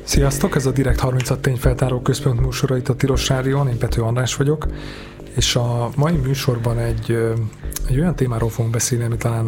Sziasztok, ez a Direkt 36 tényfeltáró központ műsora itt a Tilos Rádión, én Pető András vagyok, és a mai műsorban egy olyan témáról fogunk beszélni, ami talán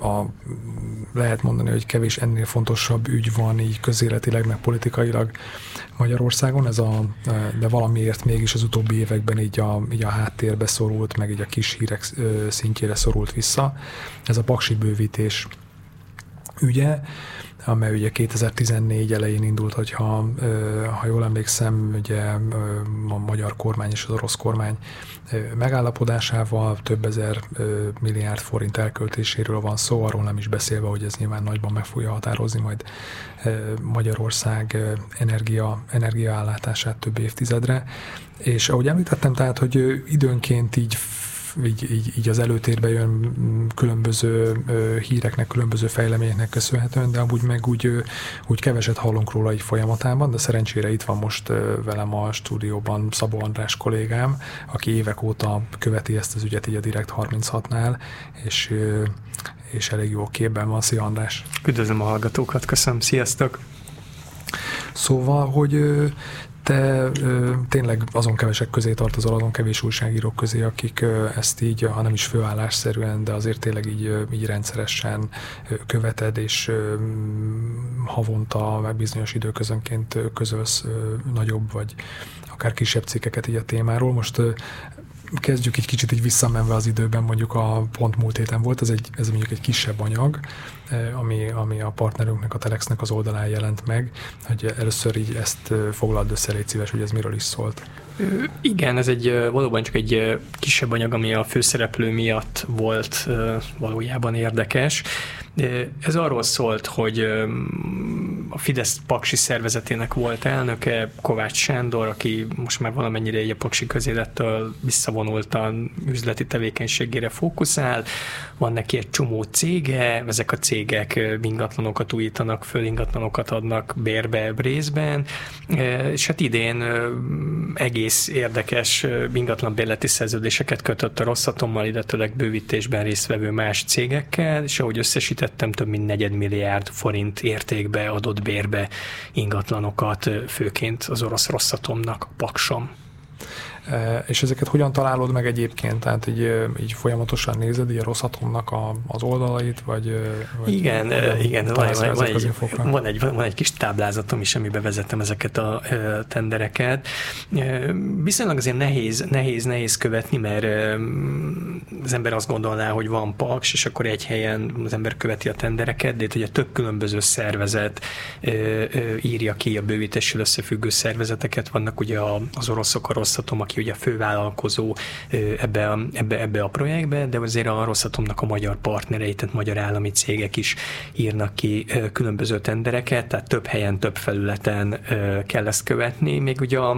lehet mondani, hogy kevés ennél fontosabb ügy van így közéletileg, meg politikailag Magyarországon, de valamiért mégis az utóbbi években így a háttérbe szorult, meg így a kis hírek szintjére szorult vissza. Ez a paksi bővítés ügye, amely ugye 2014 elején indult, ha jól emlékszem, ugye a magyar kormány és az orosz kormány megállapodásával több ezer milliárd forint elköltéséről van szó, arról nem is beszélve, hogy ez nyilván nagyban meg fogja határozni majd Magyarország energiaellátását több évtizedre. És ahogy említettem, tehát, hogy időnként így az előtérbe jön különböző híreknek, különböző fejleményeknek köszönhetően, de amúgy meg úgy keveset hallunk róla így folyamatában, de szerencsére itt van most velem a stúdióban Szabó András kollégám, aki évek óta követi ezt az ügyet így a Direkt 36-nál, és elég jó képben van. Szia András! Üdvözlöm a hallgatókat, köszönöm, sziasztok! Szóval, hogy te tényleg azon kevesek közé tartozol, azon kevés újságírók közé, akik ezt így, ha nem is főállásszerűen, de azért tényleg így rendszeresen követed, és havonta, meg bizonyos időközönként közölsz nagyobb, vagy akár kisebb cikkeket így a témáról. Most kezdjük egy kicsit így visszamenve az időben, mondjuk a pont múlt héten volt, ez mondjuk egy kisebb anyag, ami a partnerünknek, a Telexnek az oldalán jelent meg, hogy először így ezt foglald össze, légy szíves, hogy ez miről is szólt. Igen, ez valóban csak egy kisebb anyag, ami a főszereplő miatt volt valójában érdekes. Ez arról szólt, hogy a Fidesz Paksi szervezetének volt elnöke, Kovács Sándor, aki most már valamennyire a paksi közélettől visszavonultan üzleti tevékenységére fókuszál. Van neki egy csomó cége, ezek a cégek ingatlanokat újítanak föl, ingatlanokat adnak bérbe, részben, és hát idén egész érdekes ingatlanbérleti szerződéseket kötött a Rosszatommal, illetőleg bővítésben résztvevő más cégekkel, és ahogy összesítettem, több mint 4 milliárd forint értékbe adott bérbe ingatlanokat, főként az orosz Rosszatomnak, Pakson. És ezeket hogyan találod meg egyébként? Tehát így folyamatosan nézed így a Rosszatomnak az oldalait, vagy igen, van egy kis táblázatom is, amiben vezettem ezeket a tendereket. Viszonylag azért nehéz követni, mert az ember azt gondolná, hogy van Paks, és akkor egy helyen az ember követi a tendereket, de itt ugye több különböző szervezet írja ki a bővítéssel összefüggő szervezeteket. Vannak ugye az oroszok, a Rosszatom, aki ugye a fővállalkozó ebbe a projektbe, de azért a Rosszatomnak a magyar partnerei, tehát magyar állami cégek is írnak ki különböző tendereket, tehát több helyen, több felületen kell ezt követni. Még ugye a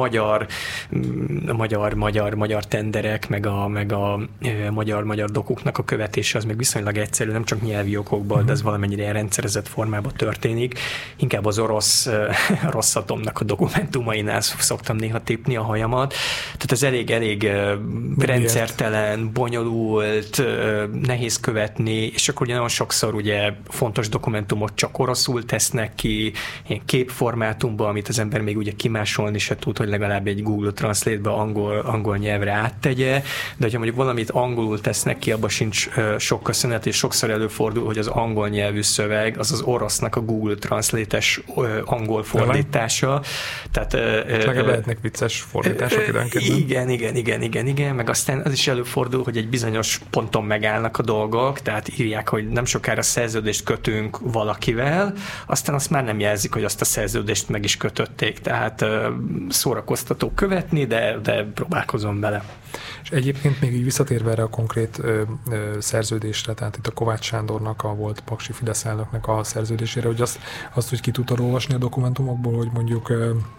magyar tenderek, meg a magyar dokuknak a követése az még viszonylag egyszerű, nem csak nyelvi okokból, de ez valamennyire rendszerezett formában történik. Inkább az orosz Rosszatomnak a dokumentumainál szoktam néha tépni a hajamat. Tehát ez elég rendszertelen, bonyolult, nehéz követni, és akkor ugye nagyon sokszor ugye fontos dokumentumot csak oroszul tesznek ki, ilyen képformátumban, amit az ember még ugye kimásolni se tud, hogy legalább egy Google Translate-be angol nyelvre áttegye, de hogyha mondjuk valamit angolul tesznek ki, abban sincs sok köszönet, és sokszor előfordul, hogy az angol nyelvű szöveg az orosznak a Google Translate-es angol fordítása. Tehát legalább lehetnek vicces fordítások időnként. Igen, meg aztán az is előfordul, hogy egy bizonyos ponton megállnak a dolgok, tehát írják, hogy nem sokára szerződést kötünk valakivel, aztán azt már nem jelzik, hogy azt a szerződést meg is kötötték, tehát szórakoztató követni, de próbálkozom vele. És egyébként még így visszatérve erre a konkrét szerződésre, tehát itt a Kovács Sándornak volt paksi Fidesz elnöknek a szerződésére, hogy azt hogy ki tudtad olvasni a dokumentumokból, hogy mondjuk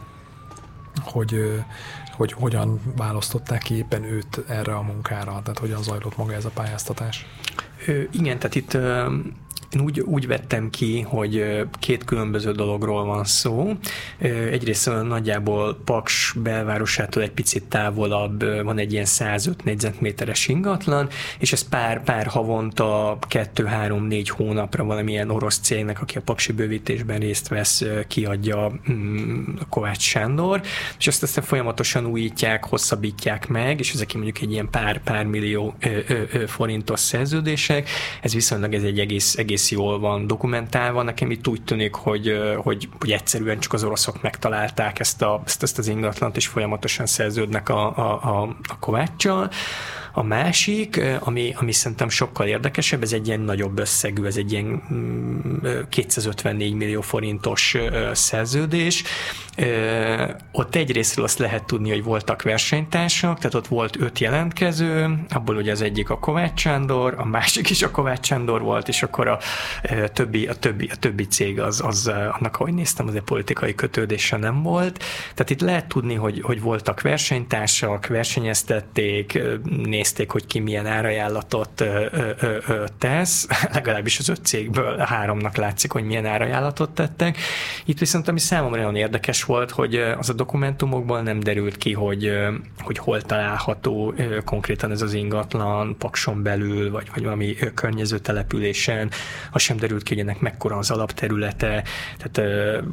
hogy hogyan választották ki éppen őt erre a munkára, tehát hogyan zajlott maga ez a pályáztatás? Igen, tehát Én úgy vettem ki, hogy két különböző dologról van szó. Egyrészt nagyjából Paks belvárosától egy picit távolabb van egy ilyen 105 négyzetméteres ingatlan, és ez pár havonta 2-3-4 hónapra valamilyen orosz cégnek, aki a paksi bővítésben részt vesz, kiadja Kovács Sándor, és ezt aztán folyamatosan újítják, hosszabbítják meg, és ezek mondjuk egy ilyen pár millió forintos szerződések. Ez viszonylag egy egész jól van dokumentálva. Nekem itt úgy tűnik, hogy egyszerűen csak az oroszok megtalálták ezt az ingatlant, és folyamatosan szerződnek a Kováccsal. A másik, ami szerintem sokkal érdekesebb, ez egy ilyen nagyobb összegű, ez egy ilyen 254 millió forintos szerződés. Ott egyrésztről azt lehet tudni, hogy voltak versenytársak, tehát ott volt 5 jelentkező, abból ugye az egyik a Kovács Sándor, a másik is a Kovács Sándor volt, és akkor a többi cég az annak, ahogy néztem, azért politikai kötődése nem volt. Tehát itt lehet tudni, hogy voltak versenytársak, versenyeztették, nézték, hogy ki milyen árajánlatot tesz, legalábbis az 5 cégből 3-nak látszik, hogy milyen árajánlatot tettek. Itt viszont, ami számomra nagyon érdekes volt, hogy az a dokumentumokból nem derült ki, hogy hol található konkrétan ez az ingatlan, Pakson belül, vagy valami környező településen. Az sem derült ki, hogy ennek mekkora az alapterülete. Tehát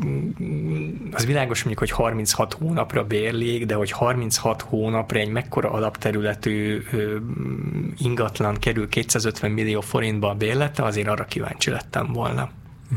az világos mondjuk, hogy 36 hónapra bérlik, de hogy 36 hónapra egy mekkora alapterületű ingatlan kerül 250 millió forintba a bérlete, azért arra kíváncsi lettem volna.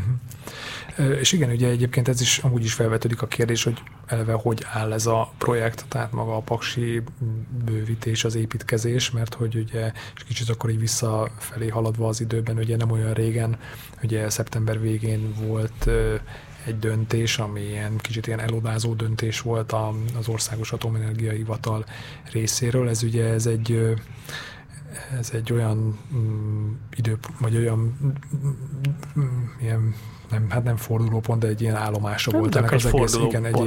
És igen, ugye egyébként ez is amúgy is felvetődik a kérdés, hogy eleve hogy áll ez a projekt, tehát maga a paksi bővítés, az építkezés, mert hogy ugye, és kicsit akkor így visszafelé haladva az időben, ugye nem olyan régen, ugye szeptember végén volt egy döntés, ami kicsit ilyen elodázó döntés volt az Országos Atomenergia Hivatal részéről. Ez ugye ez egy olyan vagy olyan ilyen nem fordulópont, de egy ilyen állomása volt ennek az egész,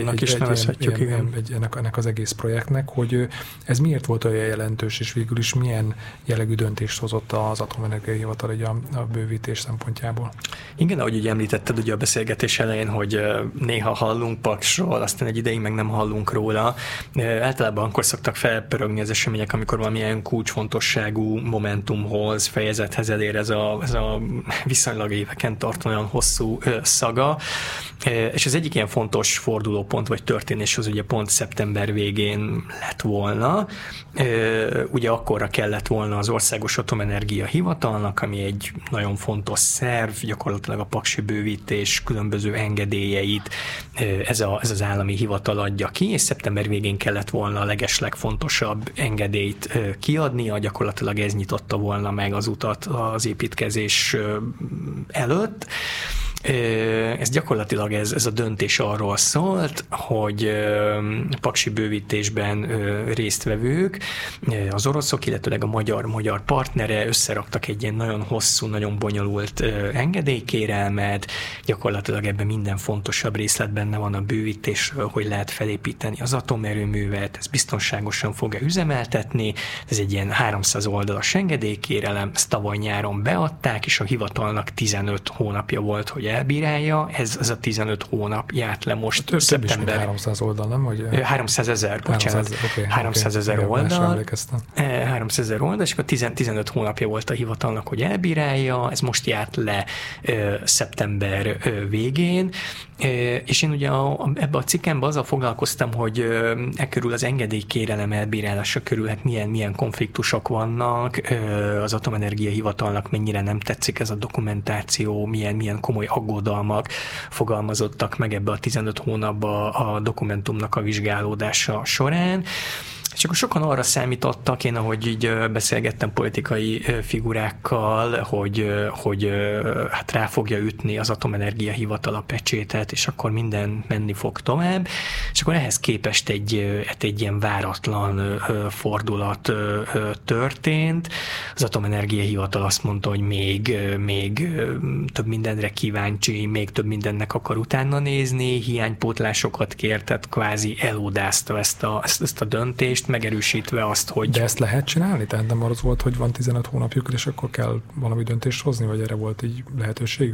ennek az egész projektnek, hogy ez miért volt olyan jelentős, és végül is milyen jellegű döntést hozott az Atomenergia Hivatal a bővítés szempontjából? Igen, ahogy ugye említetted ugye a beszélgetés elején, hogy néha hallunk Paksról, aztán egy ideig meg nem hallunk róla. Általában akkor szoktak felpörögni az események, amikor valamilyen kulcsfontosságú momentumhoz, fejezethez elér ez a viszonylag éveken tartó olyan hosszú szaga, és az egyik ilyen fontos fordulópont vagy történés az ugye pont szeptember végén lett volna. Ugye akkorra kellett volna az Országos Atomenergia Hivatalnak, ami egy nagyon fontos szerv, gyakorlatilag a paksi bővítés különböző engedélyeit ez az állami hivatal adja ki, és szeptember végén kellett volna a legeslegfontosabb engedélyt kiadnia, gyakorlatilag ez nyitotta volna meg az utat az építkezés előtt. Ez gyakorlatilag ez a döntés arról szólt, hogy paksi bővítésben résztvevők, az oroszok, illetőleg a magyar partnere összeraktak egy ilyen nagyon hosszú, nagyon bonyolult engedélykérelmet, gyakorlatilag ebben minden fontosabb részlet benne van a bővítésről, hogy lehet felépíteni az atomerőművet, ez biztonságosan fog-e üzemeltetni, ez egy ilyen 300 oldalas engedélykérelem, ezt tavaly nyáron beadták, és a hivatalnak 15 hónapja volt, hogy elbírálja, ez a 15 hónap járt le most szeptember. 300 oldal, nem? Vagy 300 000, bocsánat. 300 000 oldal. 300 000 oldal, és akkor 15 hónapja volt a hivatalnak, hogy elbírálja, ez most járt le szeptember végén, és én ugye ebbe a cikkemben azzal foglalkoztam, hogy körül az engedélykérelem elbírálása körül hát milyen konfliktusok vannak, az Atomenergia Hivatalnak mennyire nem tetszik ez a dokumentáció, milyen komoly aggodalmak fogalmazottak meg ebbe a 15 hónapba a dokumentumnak a vizsgálódása során. És akkor sokan arra számítottak, én ahogy így beszélgettem politikai figurákkal, hogy hát rá fogja ütni az Atomenergia Hivatal a pecsétet, és akkor minden menni fog tovább. És akkor ehhez képest egy ilyen váratlan fordulat történt. Az Atomenergia Hivatal azt mondta, hogy még több mindenre kíváncsi, még több mindennek akar utána nézni, hiánypótlásokat kért, tehát kvázi elódázta ezt a döntést, döntést, megerősítve azt, hogy... De ezt lehet csinálni? Tehát nem az volt, hogy van 15 hónapjuk, és akkor kell valami döntést hozni, vagy erre volt így lehetőségük?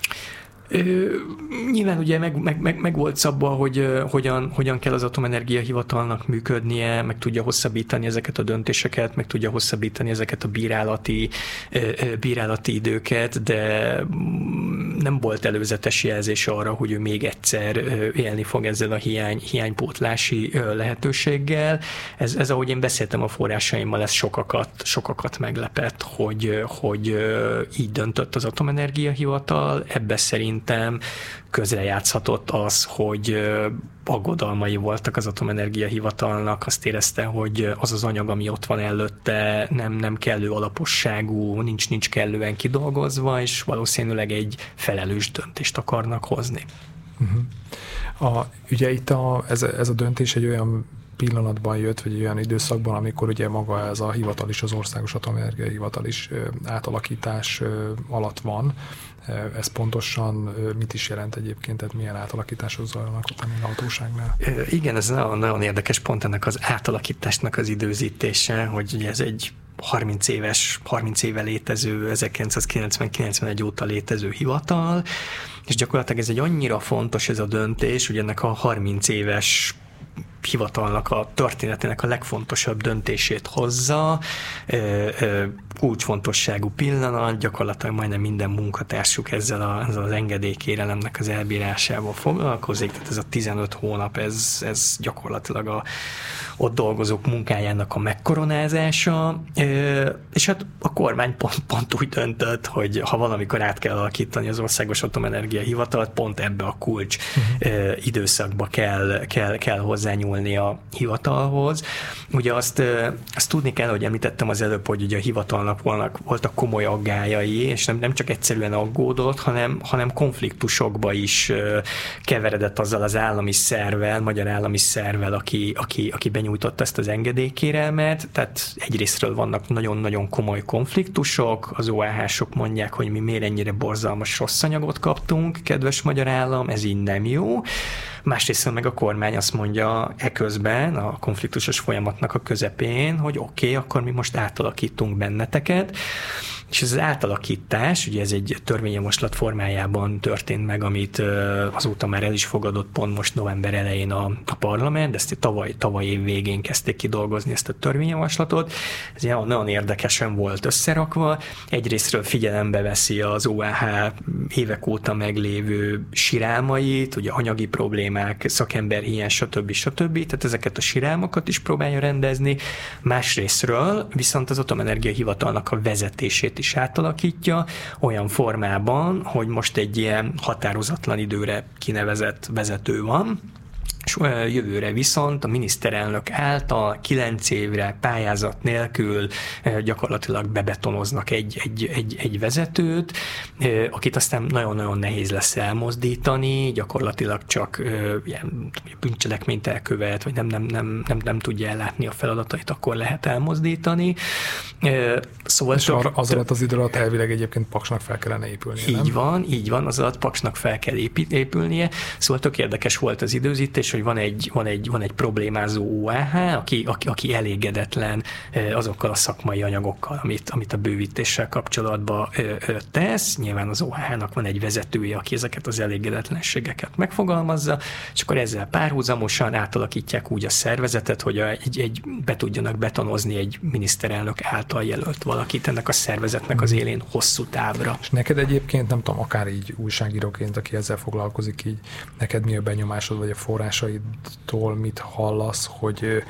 Nyilván ugye meg volt szabva, hogy hogyan kell az Atomenergia Hivatalnak működnie, meg tudja hosszabbítani ezeket a döntéseket, meg tudja hosszabbítani ezeket a bírálati időket, de nem volt előzetes jelzés arra, hogy ő még egyszer élni fog ezzel a hiánypótlási lehetőséggel. Ez ahogy én beszéltem a forrásaimmal, ez sokakat meglepett, hogy így döntött az Atomenergia Hivatal. Ebbe szerintem közrejátszhatott az, hogy aggodalmai voltak az Atomenergia Hivatalnak, azt érezte, hogy az az anyag, ami ott van előtte, nem kellő alaposságú, nincs kellően kidolgozva, és valószínűleg egy felelős döntést akarnak hozni. Ugye itt ez a döntés egy olyan pillanatban jött, vagy olyan időszakban, amikor ugye maga ez a hivatal is, az Országos Atomenergia Hivatal is átalakítás alatt van. Ez pontosan mit is jelent egyébként, tehát milyen átalakítások zajlanak ott a hatóságnál? Igen, ez nagyon érdekes pont ennek az átalakításnak az időzítése, hogy ugye ez egy 30 éve létező, 1990-91 óta létező hivatal, és gyakorlatilag ez egy annyira fontos ez a döntés, hogy ennek a 30 éves hivatalnak a történetének a legfontosabb döntését hozza, kulcsfontosságú pillanat, gyakorlatilag majdnem minden munkatársuk ezzel az engedélykérelemnek az elbírásával foglalkozik, tehát ez a 15 hónap, ez gyakorlatilag ott dolgozók munkájának a megkoronázása, és hát a kormány pont úgy döntött, hogy ha valamikor át kell alakítani az Országos Atomenergia Hivatalt, pont ebbe a kulcs időszakba kell hozzányúlni a hivatalhoz. Ugye azt tudni kell, hogy említettem az előbb, hogy ugye a hivatalnak voltak komoly aggályai, és nem csak egyszerűen aggódott, hanem konfliktusokba is keveredett azzal az állami szervvel, magyar állami szervvel, aki benyújtotta ezt az engedélykérelmet. Tehát egyrésztről vannak nagyon-nagyon komoly konfliktusok, az OAH-sok mondják, hogy mi miért ennyire borzalmas rossz anyagot kaptunk, kedves magyar állam, ez így nem jó. Másrészt meg a kormány azt mondja eközben, a konfliktusos folyamatnak a közepén, hogy oké, akkor mi most átalakítunk benneteket, és ez az átalakítás, ugye ez egy törvényjavaslat formájában történt meg, amit azóta már el is fogadott pont most november elején a parlament, de ezt tavaly év végén kezdték kidolgozni ezt a törvényjavaslatot. Ez nagyon érdekesen volt összerakva. Egyrésztről figyelembe veszi az OAH évek óta meglévő sirálmait, ugye anyagi problémák, szakemberhiány, stb. Tehát ezeket a sirálmokat is próbálja rendezni. Másrésztről viszont az Atomenergia Hivatalnak a vezetését is átalakítja olyan formában, hogy most egy ilyen határozatlan időre kinevezett vezető van, és jövőre viszont a miniszterelnök által 9 évre pályázat nélkül gyakorlatilag bebetonoznak egy vezetőt, akit aztán nagyon-nagyon nehéz lesz elmozdítani, gyakorlatilag csak ilyen bűncselekményt elkövet, vagy nem tudja ellátni a feladatait, akkor lehet elmozdítani. Szóval és az alatt az idő alatt elvileg egyébként paksnak fel kellene épülnie, így van, az alatt paksnak fel kell épülnie. Szóval tök érdekes volt az időzítés, hogy van egy problémázó OAH, aki elégedetlen azokkal a szakmai anyagokkal, amit a bővítéssel kapcsolatban tesz. Nyilván az OAH-nak van egy vezetője, aki ezeket az elégedetlenségeket megfogalmazza, és akkor ezzel párhuzamosan átalakítják úgy a szervezetet, hogy be tudjanak betonozni egy miniszterelnök által jelölt valakit ennek a szervezetnek az élén hosszú távra. És neked egyébként, nem tudom, akár így újságíróként, aki ezzel foglalkozik, így neked mi a benyomásod, vagy a forrásaidtól mit hallasz, hogy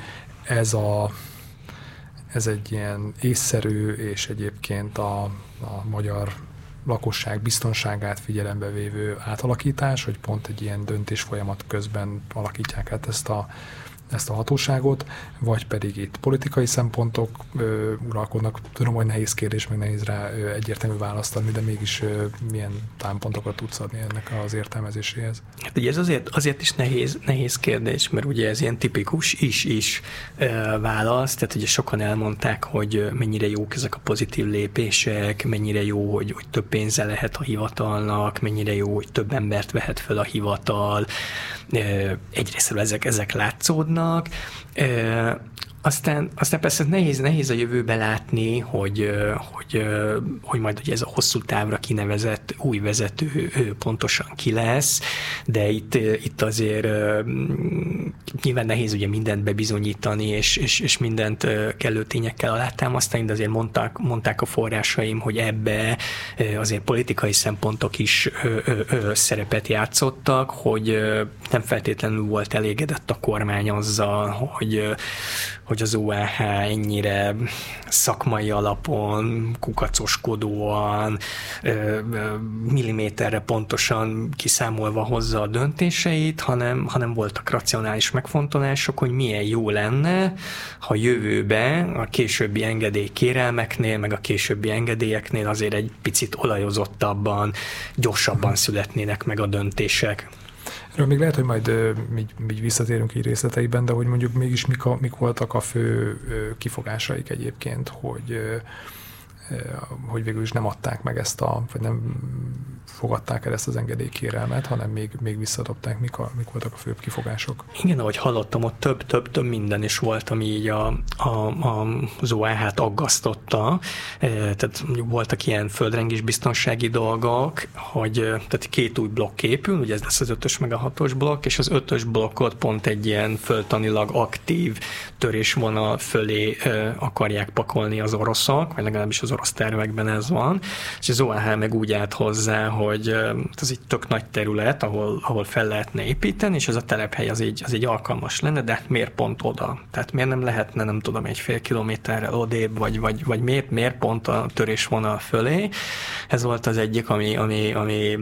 ez egy ilyen észszerű, és egyébként a magyar lakosság biztonságát figyelembe vévő átalakítás, hogy pont egy ilyen döntésfolyamat közben alakítják át ezt a hatóságot, vagy pedig itt politikai szempontok uralkodnak. Tudom, hogy nehéz kérdés, meg nehéz rá egyértelmű választ adni, de mégis milyen támpontokat tudsz adni ennek az értelmezéséhez? Hát ugye ez azért is nehéz kérdés, mert ugye ez ilyen tipikus is válasz, tehát ugye sokan elmondták, hogy mennyire jók ezek a pozitív lépések, mennyire jó, hogy több pénze lehet a hivatalnak, mennyire jó, hogy több embert vehet fel a hivatal. Egyrésztről ezek látszódnak. Aztán persze nehéz a jövőbe látni, hogy majd ugye ez a hosszú távra kinevezett új vezető pontosan ki lesz, de itt azért nyilván nehéz ugye mindent bebizonyítani, és mindent kellő tényekkel alátámasztani, de azért mondták a forrásaim, hogy ebbe azért politikai szempontok is szerepet játszottak, hogy nem feltétlenül volt elégedett a kormány azzal, hogy az OAH ennyire szakmai alapon, kukacoskodóan, milliméterre pontosan kiszámolva hozza a döntéseit, hanem voltak racionális megfontolások, hogy milyen jó lenne, ha jövőben a későbbi engedélykérelmeknél, meg a későbbi engedélyeknél azért egy picit olajozottabban, gyorsabban születnének meg a döntések. Erről még lehet, hogy majd így visszatérünk így részleteiben, de hogy mondjuk mégis mik voltak a fő kifogásaik egyébként, hogy végül is nem adták meg vagy nem fogadták el ezt az engedélykérelmet, hanem még visszadobták. Mik voltak a főbb kifogások? Igen, ahogy hallottam, ott több minden is volt, ami így az OAH-t aggasztotta. Tehát mondjuk voltak ilyen földrengés biztonsági dolgok, hogy tehát 2 új blokk épül, ugye ez lesz az 5-ös meg a 6-os blokk, és az 5-ös blokkot pont egy ilyen földtanilag aktív törésvonal fölé akarják pakolni az oroszok, vagy legalábbis az orosz tervekben ez van, és az OAH meg úgy állt hozzá, hogy ez egy tök nagy terület, ahol fel lehetne építeni, és ez a telephely az így alkalmas lenne, de miért pont oda? Tehát miért nem lehetne, nem tudom, 1,5 kilométerrel odébb, vagy miért pont a törésvonal fölé? Ez volt az egyik, ami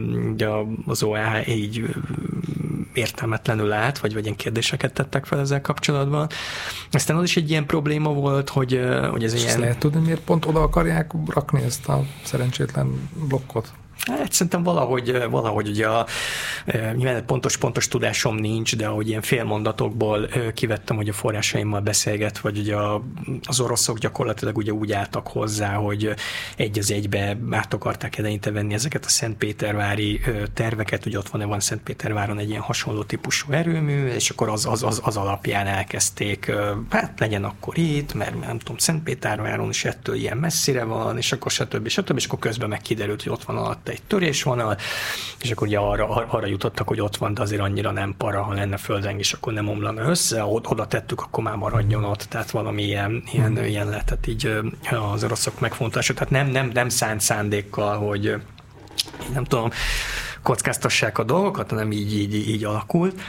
az OAH így értelmetlenül állt, vagy ilyen kérdéseket tettek fel ezzel kapcsolatban. Aztán az is egy ilyen probléma volt, hogy ez és ilyen... lehet tudni, miért pont oda akarják rakni ezt a szerencsétlen blokkot? Hát szerintem valahogy ugye nyilván pontos tudásom nincs, de ahogy ilyen félmondatokból kivettem, hogy a forrásaimmal beszélget, vagy ugye az oroszok gyakorlatilag ugye úgy álltak hozzá, hogy egy az egybe át akarták eleinte venni ezeket a szentpétervári terveket, ugye ott van Szentpéterváron egy ilyen hasonló típusú erőmű, és akkor az alapján elkezdték, hát legyen akkor itt, mert nem tudom, Szentpéterváron is ettől ilyen messzire van, és akkor stb. És akkor közben meg kiderült, hogy ott van alatt egy törésvonal, és akkor ugye arra jutottak, hogy ott van, de azért annyira nem para, ha lenne földrengés, akkor nem omlana össze, oda tettük, akkor már maradjon ott, tehát valami ilyen lehetett így az oroszok megfontolása, tehát nem szánt szándékkal, hogy nem tudom, kockáztassák a dolgokat, hanem így alakult.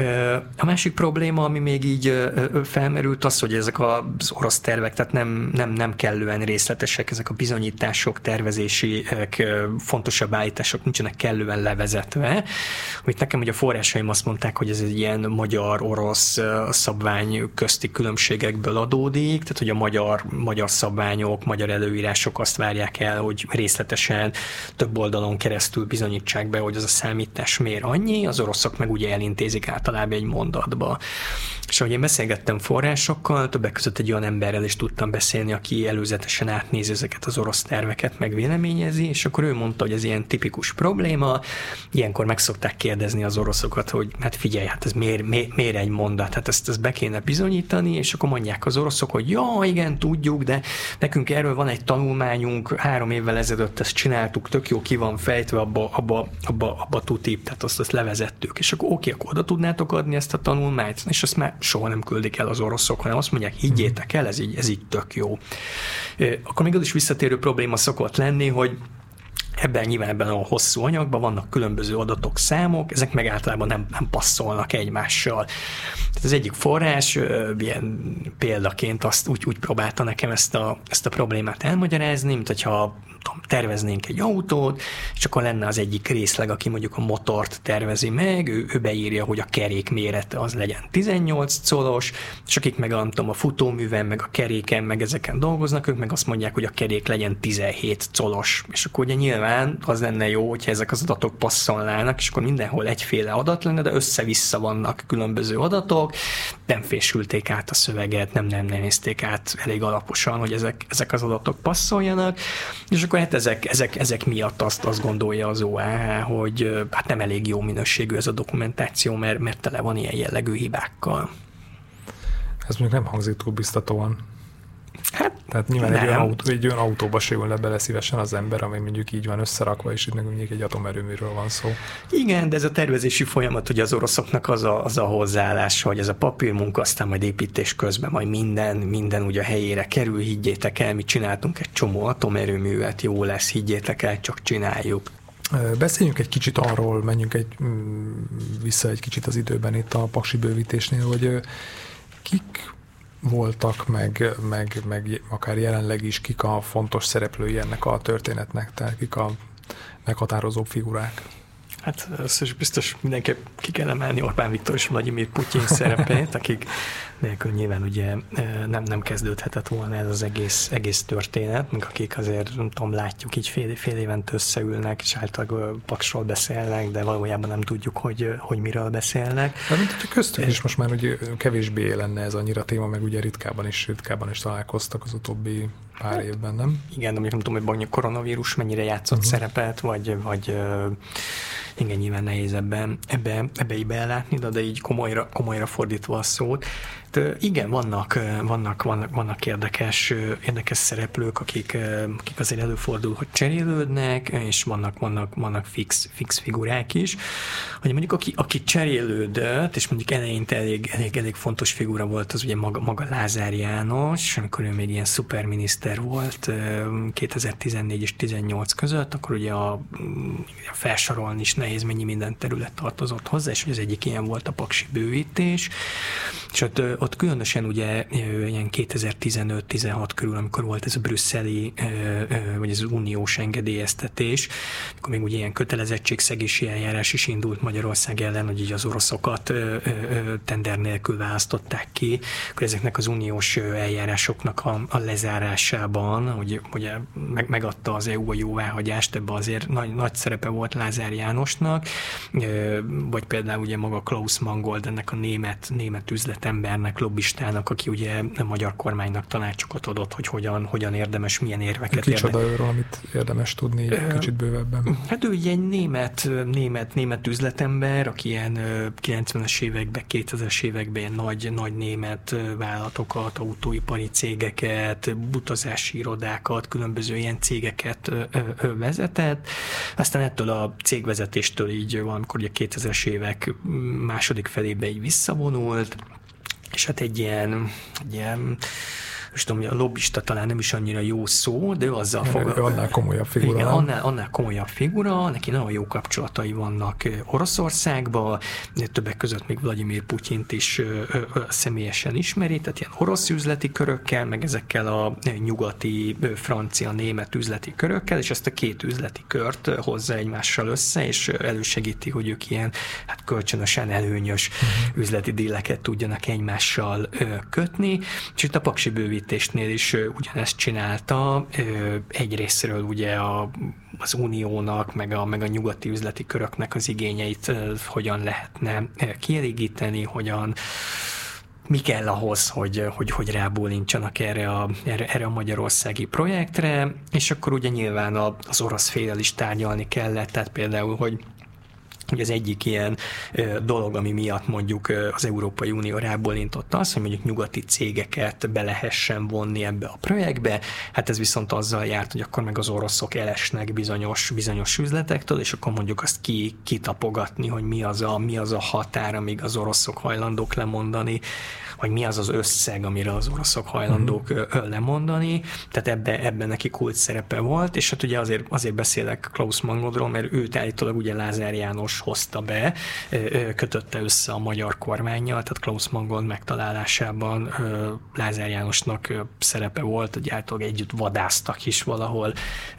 A másik probléma, ami még így felmerült, az, hogy ezek az orosz tervek, tehát nem kellően részletesek, ezek a bizonyítások, tervezési fontosabb állítások nincsenek kellően levezetve. Amit nekem ugye a forrásaim azt mondták, hogy ez egy ilyen magyar-orosz szabvány közti különbségekből adódik, tehát hogy a magyar szabványok, magyar előírások azt várják el, hogy részletesen több oldalon keresztül bizonyítsák be, hogy az a számítás miért annyi, az oroszok meg ugye elintézik általában egy mondatba. És ahogy én beszélgettem forrásokkal, többek között egy olyan emberrel is tudtam beszélni, aki előzetesen átnézi ezeket az orosz terveket, meg véleményezi, és akkor ő mondta, hogy ez ilyen tipikus probléma. Ilyenkor meg szokták kérdezni az oroszokat, hogy hát figyelj, hát ez miért egy mondat, hát ezt be kéne bizonyítani, és akkor mondják az oroszok, hogy ja, igen, tudjuk, de nekünk erről van egy tanulmányunk, 3 évvel ezelőtt ezt csináltuk, tök jó ki van fejtve, abba tuti, tehát azt levezettük, és akkor oké, akkor oda tudnátok adni ezt a tanulmányt, és azt már soha nem küldik el az oroszok, hanem azt mondják, higgyétek el, ez így tök jó. Akkor még az is visszatérő probléma szokott lenni, hogy ebben a hosszú anyagban vannak különböző adatok, számok, ezek meg általában nem passzolnak egymással. Tehát az egyik forrás ilyen példaként azt úgy próbálta nekem ezt a problémát elmagyarázni, mint hogyha terveznénk egy autót, és akkor lenne az egyik részleg, aki mondjuk a motort tervezi meg, ő beírja, hogy a kerék mérete az legyen 18 colos, és akik meg a futóműven, meg a keréken, meg ezeken dolgoznak, ők meg azt mondják, hogy a kerék legyen 17 colos. És akkor ugye nyilván az lenne jó, hogyha ezek az adatok passzolnának, és akkor mindenhol egyféle adat lenne, de össze-vissza vannak különböző adatok, nem fésülték át a szöveget, nem nézték át elég alaposan, hogy ezek az adatok passzoljanak, és akkor hát ezek miatt azt gondolja az OAH, hogy hát nem elég jó minőségű ez a dokumentáció, mert tele van ilyen jellegű hibákkal. Ez mondjuk nem hangzik túl biztatóan. Hát, tehát nyilván egy olyan autóba se ülne bele szívesen az ember, ami mondjuk így van összerakva, és itt mondjuk egy atomerőműről van szó. Igen, de ez a tervezési folyamat, ugye az oroszoknak az a hozzáállás, hogy ez a papírmunka, aztán majd építés közben majd minden ugye a helyére kerül, higgyétek el, mi csináltunk egy csomó atomerőművet, jó lesz, higgyétek el, csak csináljuk. Beszéljünk egy kicsit arról, menjünk vissza egy kicsit az időben itt a paksi bővítésnél, hogy kik voltak, meg akár jelenleg is, kik a fontos szereplői ennek a történetnek, tehát kik a meghatározó figurák? Hát ezt is biztos mindenképp ki kell emelni Orbán Viktor és Vladimir Putyin szerepét, akik nélkül nyilván ugye nem kezdődhetett volna ez az egész történet, meg akik azért, nem tudom, látjuk így fél évente összeülnek, és általában paksról beszélnek, de valójában nem tudjuk, hogy miről beszélnek. De mint hogy köztük is most már ugye kevésbé lenne ez annyira téma, meg ugye ritkában is találkoztak az utóbbi pár évben, nem? Igen, de nem tudom, hogy a koronavírus mennyire játszott szerepet, vagy igen, nyilván nehéz ebbe így belátni, de így komolyra fordítva a szót. De igen, vannak érdekes szereplők, akik azért előfordul, hogy cserélődnek, és vannak fix figurák is. Hogy mondjuk aki cserélődött, és mondjuk eleinte elég fontos figura volt, az ugye maga Lázár János, amikor ő még ilyen szuperminiszter volt 2014 és 2018 között, akkor ugye a felsorolni is nehéz, mennyi minden terület tartozott hozzá, és az egyik ilyen volt a paksi bővítés, és ott különösen ugye ilyen 2015-16 körül, amikor volt ez a brüsszeli, vagy az uniós engedélyeztetés, akkor még ugye ilyen kötelezettségszegési eljárás is indult Magyarország ellen, hogy így az oroszokat tender nélkül választották ki, akkor ezeknek az uniós eljárásoknak a lezárásában, hogy ugye megadta az EU a jóváhagyást, ebben azért nagy szerepe volt Lázár Jánosnak, vagy például ugye maga Klaus Mangold, ennek a német üzletembernek, lobbistának, aki ugye a magyar kormánynak tanácsokat adott, hogy hogyan érdemes, milyen érveket Kicsoda őről, amit érdemes tudni kicsit bővebben? Hát ő ugye egy német üzletember, aki ilyen 90-es években, 2000-es években ilyen nagy német vállalatokat, autóipari cégeket, utazási irodákat, különböző ilyen cégeket vezetett. Aztán ettől a cégvezetéstől így valamikor ugye 2000-es évek második felébe így visszavonult, és hát egy ilyen most tudom, hogy a lobbista talán nem is annyira jó szó, de ő azzal fog... Annál komolyabb figura. Igen, annál komolyabb figura, neki nagyon jó kapcsolatai vannak Oroszországban, többek között még Vladimir Putyint is személyesen ismeri, tehát ilyen orosz üzleti körökkel, meg ezekkel a nyugati, francia, német üzleti körökkel, és ezt a két üzleti kört hozza egymással össze, és elősegíti, hogy ők ilyen kölcsönösen előnyös üzleti díleket tudjanak egymással kötni, és itt a paksi bővítésnél is ugyanezt csinálta. Egyrésztről ugye az uniónak, meg a nyugati üzleti köröknek az igényeit hogyan lehetne kielégíteni, mi kell ahhoz, hogy rábólincsanak erre a magyarországi projektre, és akkor ugye nyilván az orosz féllel is tárgyalni kellett, tehát például, hogy az egyik ilyen dolog, ami miatt mondjuk az Európai Unió rábólintott az, hogy mondjuk nyugati cégeket be lehessen vonni ebbe a projektbe, hát ez viszont azzal járt, hogy akkor meg az oroszok elesnek bizonyos üzletektől, és akkor mondjuk azt kitapogatni, hogy mi az a határ, amíg az oroszok hajlandók lemondani, vagy mi az az összeg, amire az oroszok hajlandók lemondani, tehát ebben neki kult szerepe volt, és hát ugye azért beszélek Klaus Mangoldról, mert őt állítólag ugye Lázár János hozta be, kötötte össze a magyar kormánnyal, tehát Klaus Mangold megtalálásában Lázár Jánosnak szerepe volt, hogy általában együtt vadáztak is valahol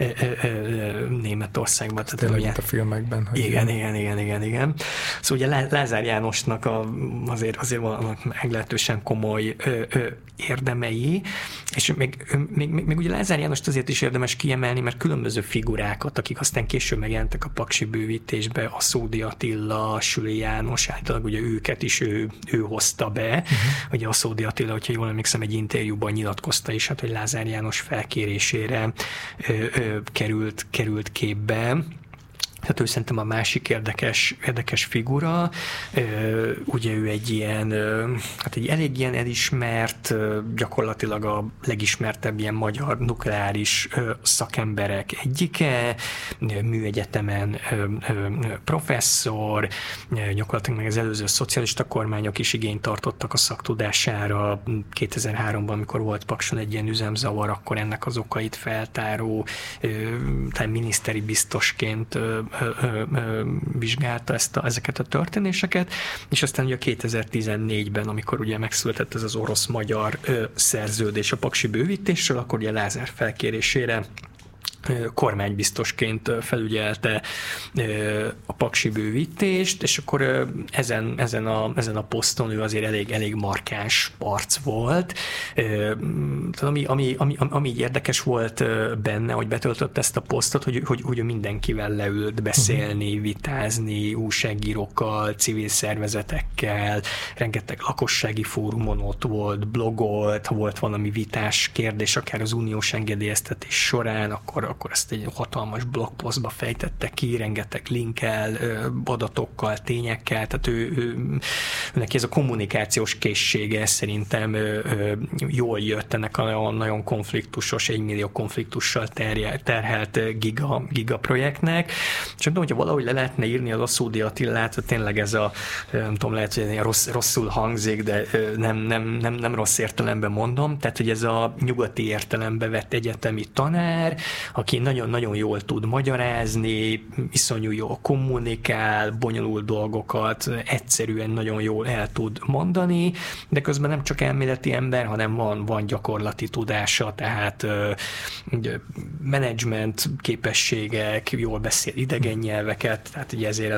Németországban. Tényleg itt a filmekben. Igen. Szóval ugye Lázár Jánosnak azért vannak meglehetősen komoly érdemei, és még ugye Lázár Jánost azért is érdemes kiemelni, mert különböző figurákat, akik aztán később megjelentek a paksi bővítésbe, a Szódi Attila, Süli János, általában ugye őket is ő hozta be. Ugye a Szódi Attila, hogyha jól emlékszem, egy interjúban nyilatkozta is, hát, hogy Lázár János felkérésére került képbe. Tehát ő szerintem a másik érdekes figura. Ugye ő egy ilyen, hát egy elég ilyen elismert, gyakorlatilag a legismertebb ilyen magyar nukleáris szakemberek egyike, műegyetemen professzor, gyakorlatilag meg az előző szocialista kormányok is igényt tartottak a szaktudására. 2003-ban, amikor volt Pakson egy ilyen üzemzavar, akkor ennek az okait feltáró, tehát miniszteri biztosként vizsgálta ezeket a történéseket, és aztán ugye 2014-ben, amikor ugye megszületett ez az orosz-magyar szerződés a paksi bővítésről, akkor ugye Lázár felkérésére kormánybiztosként felügyelte a paksi bővítést, és akkor ezen a poszton ő azért elég markáns arc volt. Ami érdekes volt benne, hogy betöltött ezt a posztot, hogy mindenkivel leült beszélni, vitázni, újságírókkal, civil szervezetekkel, rengeteg lakossági fórumon ott volt, blogolt, ha volt valami vitás kérdés, akár az uniós engedélyeztetés során, akkor ezt egy hatalmas blogposztba fejtette ki, rengeteg linkkel, adatokkal, tényekkel, tehát neki ez a kommunikációs készsége szerintem jól jött ennek a nagyon konfliktusos, 1 millió konfliktussal terhelt giga projektnek. És tudom, hogyha valahogy le lehetne írni az Aszódi Attilát, tényleg ez a, nem tudom, lehet, hogy rosszul hangzik, de nem rossz értelemben mondom, tehát, hogy ez a nyugati értelembe vett egyetemi tanár, aki nagyon-nagyon jól tud magyarázni, iszonyú jól kommunikál, bonyolult dolgokat egyszerűen nagyon jól el tud mondani, de közben nem csak elméleti ember, hanem van gyakorlati tudása, tehát menedzsment képességek, jól beszél idegen nyelveket, tehát ugye ezért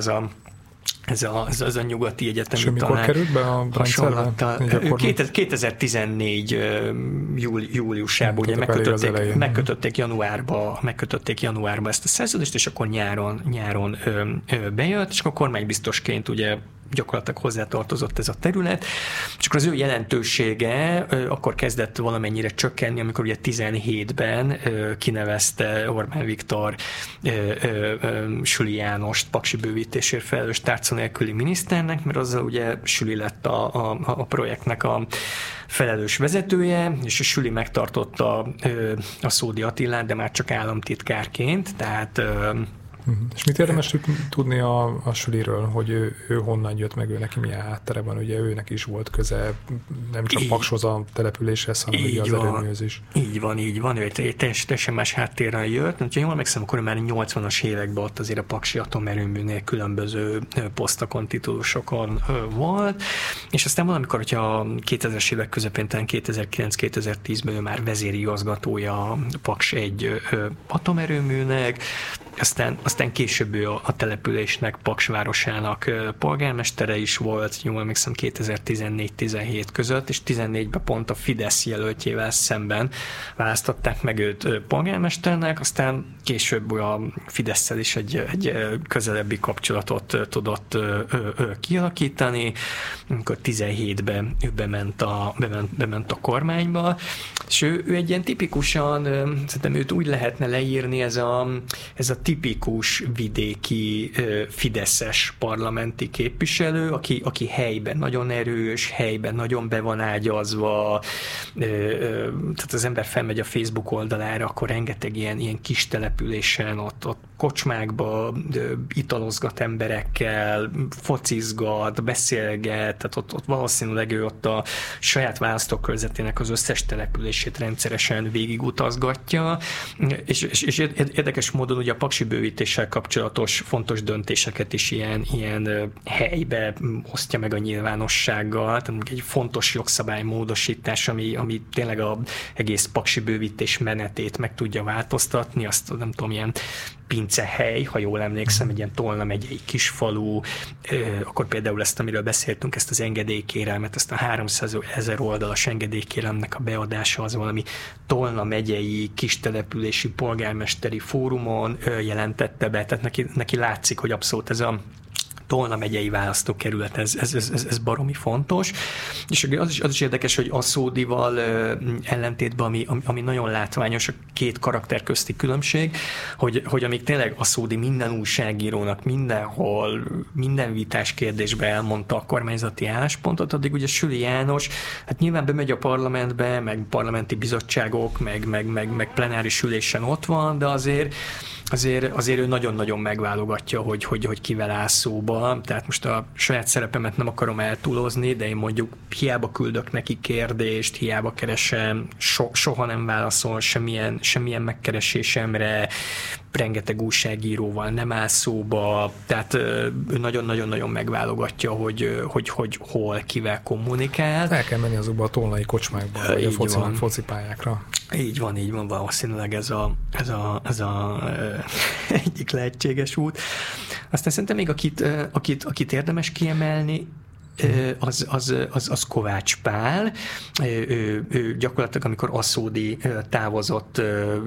ez a nyugati egyetemi tanár. És mikor került be a rendszerbe? 2014 júliusában ugye megkötötték januárba ezt a szerződést, és akkor nyáron bejött, és akkor kormánybiztosként ugye gyakorlatilag hozzátartozott ez a terület, és akkor az ő jelentősége akkor kezdett valamennyire csökkenni, amikor ugye 17-ben kinevezte Orbán Viktor Süli Jánost paksi bővítésért felelős tárca nélküli miniszternek, mert azzal ugye Süli lett a projektnek a felelős vezetője, és a Süli megtartotta a Szódi Attilát, de már csak államtitkárként, tehát És mit érdemes tudni a Süliről, hogy ő honnan jött, meg ő neki milyen háttere van? Ugye őnek is volt köze nem csak Pakshoz a településhez, hanem ugye az erőműhöz is. Így van, ő egy teljesen más háttérrel jött. Ha jól emlékszem, akkor már 80-as években ott azért a paksi atomerőműnél különböző posztokon, titulusokon volt, és aztán valamikor, hogyha 2000-es évek közepén, talán 2009-2010-ben ő már vezérigazgatója a Paks egy atomerőműnek, aztán később ő a településnek, Paks városának polgármestere is volt, jól emlékszem 2014-17 között, és 14-ben pont a Fidesz jelöltjével szemben választották meg őt polgármesternek, aztán később a Fidesszel is egy közelebbi kapcsolatot tudott kialakítani, amikor 17-ben ő bement a kormányba, és ő egy ilyen tipikusan, szerintem őt úgy lehetne leírni, ez a tipikus vidéki fideszes parlamenti képviselő, aki helyben nagyon erős, helyben nagyon be van ágyazva, tehát az ember felmegy a Facebook oldalára, akkor rengeteg ilyen kis településen, ott kocsmákba italozgat emberekkel, focizgat, beszélget, tehát ott valószínűleg ő ott a saját választókörzetének az összes települését rendszeresen végigutazgatja, és érdekes módon ugye a paksi bővítéssel kapcsolatos fontos döntéseket is ilyen helybe osztja meg a nyilvánossággal, tehát egy fontos jogszabálymódosítás, ami tényleg az egész paksi bővítés menetét meg tudja változtatni, azt nem tudom, ilyen Pincehely, ha jól emlékszem, egy ilyen Tolna megyei kisfalu, akkor például ezt, amiről beszéltünk, ezt az engedélykérelmet, ezt a 300 000 oldalas engedélykérelmnek a beadása az valami Tolna megyei kistelepülési polgármesteri fórumon jelentette be, tehát neki látszik, hogy abszolút ez a Tolna megyei választókerület, ez baromi fontos. És az is érdekes, hogy Aszódival ellentétben, ami nagyon látványos, a két karakter közti különbség, hogy amíg tényleg Aszódi minden újságírónak mindenhol, minden vitás kérdésbe elmondta a kormányzati álláspontot, addig ugye Süli János, hát nyilván bemegy a parlamentbe, meg parlamenti bizottságok, meg plenáris ülésen ott van, de azért ő nagyon-nagyon megválogatja, hogy kivel áll szóba. Tehát most a saját szerepemet nem akarom eltúlozni, de én mondjuk hiába küldök neki kérdést, hiába keresem, soha nem válaszol semmilyen megkeresésemre, rengeteg újságíróval nem áll szóba, tehát ő nagyon-nagyon megválogatja, hogy hol, kivel kommunikál. El kell menni azokba a tolnai kocsmákba, vagy a focipályákra. Így van, valószínűleg ez a egyik lehetséges út. Aztán szerintem még akit érdemes kiemelni, az Kovács Pál. Ő gyakorlatilag, amikor Aszódi távozott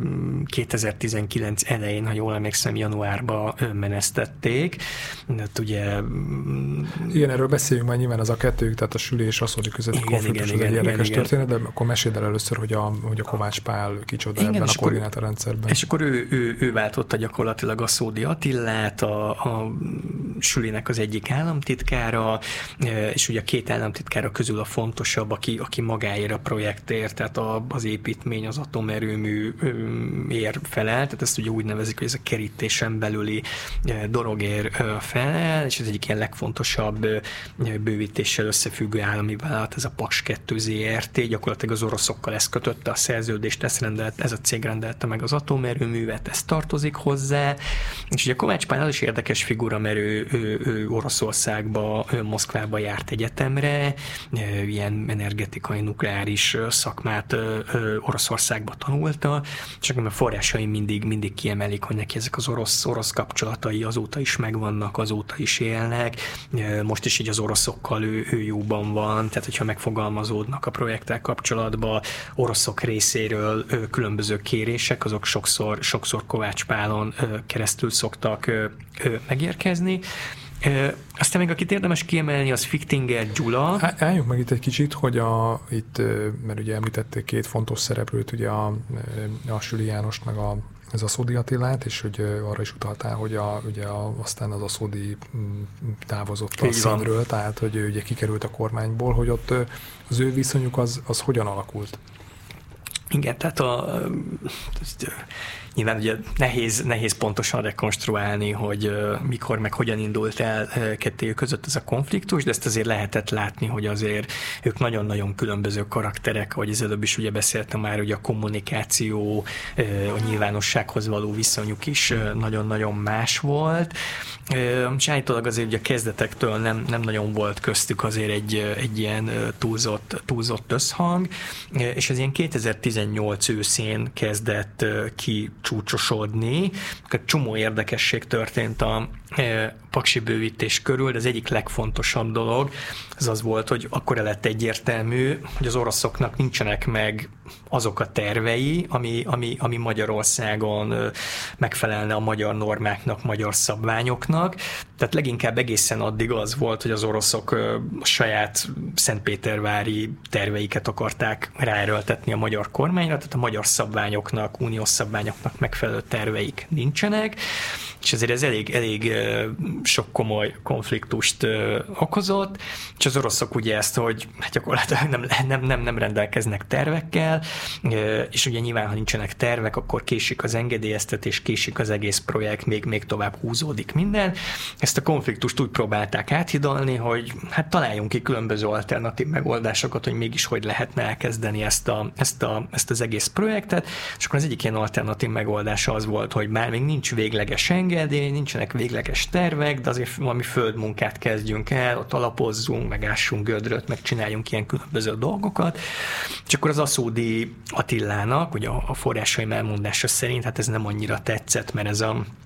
2019 elején, ha jól emlékszem, januárban menesztették. Hát ugye... Igen, erről beszéljünk már nyilván, az a kettőjük, tehát a Süli és Aszódi közötti konfliktus, ez egy érdekes történet, de akkor meséld el először, hogy a Kovács Pál kicsoda ebben a koordinátorrendszerben. És akkor ő váltotta gyakorlatilag Aszódi Attillát, a Sülinek az egyik államtitkára, és ugye a két államtitkára közül a fontosabb, aki magáért a projektért, tehát az építmény, az atomerőmű ér felel, tehát ezt ugye úgy nevezik, hogy ez a kerítésen belüli dologért felel, és ez egyik ilyen legfontosabb bővítéssel összefüggő állami vállalat, ez a Paks 2 ZRT, gyakorlatilag az oroszokkal ezt kötötte a szerződést, ez a cég rendelte meg az atomerőművet, ez tartozik hozzá, és ugye Kovács Pál az is érdekes figura, mert ő Oroszországba, Moszkvába járt egyetemre, ilyen energetikai, nukleáris szakmát Oroszországba tanulta, csak a forrásai mindig kiemelik, hogy neki ezek az orosz kapcsolatai azóta is megvannak, azóta is élnek, most is így az oroszokkal ő jóban van, tehát hogyha megfogalmazódnak a projekttel kapcsolatban oroszok részéről különböző kérések, azok sokszor Kovács Pálon keresztül szoktak megérkezni. Aztán még akit érdemes kiemelni, az Fichtinger Gyula. Álljunk meg itt egy kicsit, hogy mert ugye említették két fontos szereplőt, ugye a Süli Jánost, meg ez a Aszódi Attilát, és hogy arra is utaltál, hogy aztán az Aszódi távozott a színről, tehát hogy ő ugye kikerült a kormányból, hogy ott az ő viszonyuk az hogyan alakult? Igen, tehát nyilván ugye nehéz pontosan rekonstruálni, hogy mikor meg hogyan indult el kettőjük között ez a konfliktus, de ezt azért lehetett látni, hogy azért ők nagyon-nagyon különböző karakterek, ahogy az előbb is ugye beszéltem már, hogy a kommunikáció, a nyilvánossághoz való viszonyuk is nagyon-nagyon más volt. És állítólag azért ugye a kezdetektől nem nagyon volt köztük azért egy ilyen túlzott összhang, és ez ilyen 2018 őszén kezdett kicsúcsosodni. Csomó érdekesség történt a paksi bővítés körül, de az egyik legfontosabb dolog az volt, hogy akkor lett egyértelmű, hogy az oroszoknak nincsenek meg azok a tervei, ami Magyarországon megfelelne a magyar normáknak, magyar szabványoknak. Tehát leginkább egészen addig az volt, hogy az oroszok a saját szentpétervári terveiket akarták ráerőltetni a magyar kormányra, tehát a magyar szabványoknak, uniós szabványoknak megfelelő terveik nincsenek, és ezért ez elég sok komoly konfliktust okozott, és az oroszok ugye ezt, hogy gyakorlatilag nem rendelkeznek tervekkel, és ugye nyilván, ha nincsenek tervek, akkor késik az engedélyeztetés, késik az egész projekt, még tovább húzódik minden. Ezt a konfliktust úgy próbálták áthidalni, hogy hát találjunk ki különböző alternatív megoldásokat, hogy mégis hogy lehetne elkezdeni ezt az egész projektet, és akkor az egyik ilyen alternatív megoldása az volt, hogy már még nincs végleges engedély, nincsenek végleges tervek, de azért valami földmunkát kezdjünk el, ott alapozzunk, meg ássunk gödröt, meg csináljunk ilyen különböző dolgokat. És akkor az Aszódi Attilának, ugye a forrásaim elmondása szerint, hát ez nem annyira tetszett, mert ez a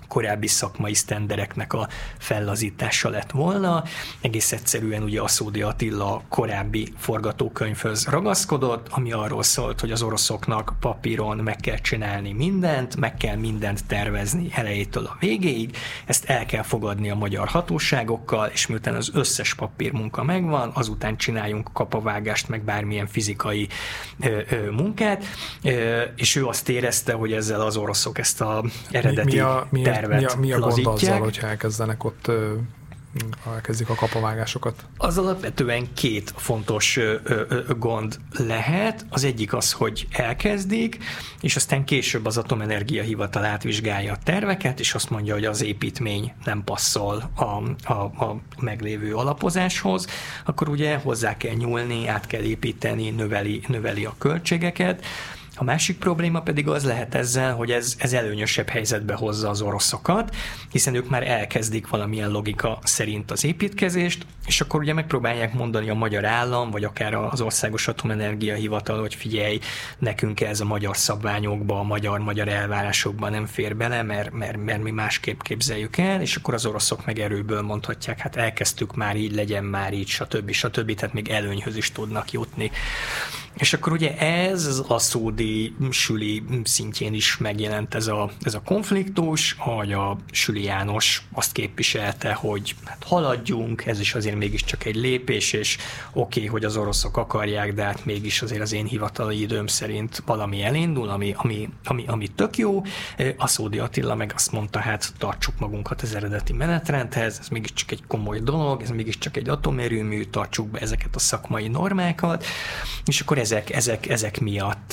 korábbi szakmai sztendereknek a fellazítása lett volna. Egész egyszerűen ugye Aszódi Attila korábbi forgatókönyvhöz ragaszkodott, ami arról szólt, hogy az oroszoknak papíron meg kell csinálni mindent, meg kell mindent tervezni elejétől a végéig, ezt el kell fogadni a magyar hatóságokkal, és miután az összes papírmunka megvan, azután csináljunk kapavágást, meg bármilyen fizikai munkát, és ő azt érezte, hogy ezzel az oroszok ezt az eredeti tervet mi a gond lazítják. azzal, hogyha elkezdenek ott elkezdik a kapavágásokat? Az alapvetően két fontos gond lehet. Az egyik az, hogy elkezdik, és aztán később az Atomenergia Hivatal átvizsgálja a terveket, és azt mondja, hogy az építmény nem passzol a meglévő alapozáshoz, akkor ugye hozzá kell nyúlni, át kell építeni, növeli a költségeket. A másik probléma pedig az lehet ezzel, hogy ez előnyösebb helyzetbe hozza az oroszokat, hiszen ők már elkezdik valamilyen logika szerint az építkezést, és akkor ugye megpróbálják mondani a magyar állam, vagy akár az Országos Atomenergia Hivatal, hogy figyelj, nekünk ez a magyar szabványokba, a magyar elvárásokba nem fér bele, mert mi másképp képzeljük el, és akkor az oroszok meg erőből mondhatják, hát elkezdtük már így, legyen már így, stb. Tehát még előnyhöz is tudnak jutni. És akkor ugye ez az aszódi Süli szintjén is megjelent ez a konfliktus, ahogy a Süli János azt képviselte, hogy hát haladjunk, ez is azért mégiscsak egy lépés, és oké, hogy az oroszok akarják, de hát mégis azért az én hivatali időm szerint valami elindul, ami tök jó. Aszódi Attila meg azt mondta, hát tartsuk magunkat az eredeti menetrendhez, ez mégiscsak egy komoly dolog, ez mégiscsak egy atomerőmű, tartsuk be ezeket a szakmai normákat, és akkor ezek miatt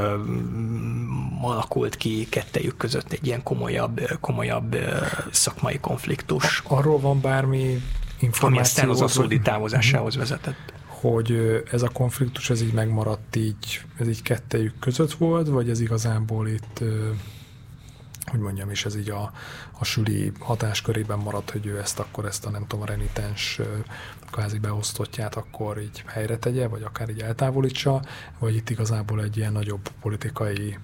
alakult ki kettejük között egy ilyen komolyabb szakmai konfliktus. Arról van bármi információ? Ami aztán az Aszódi távozásához vezetett. Hogy ez a konfliktus, ez így megmaradt ez így kettejük között volt, vagy ez igazából itt, hogy mondjam is, ez így a Süli hatáskörében maradt, hogy ő ezt a nem tudom, a renitens kvázi beosztottját akkor így helyre tegye, vagy akár így eltávolítsa, vagy itt igazából egy ilyen nagyobb politikai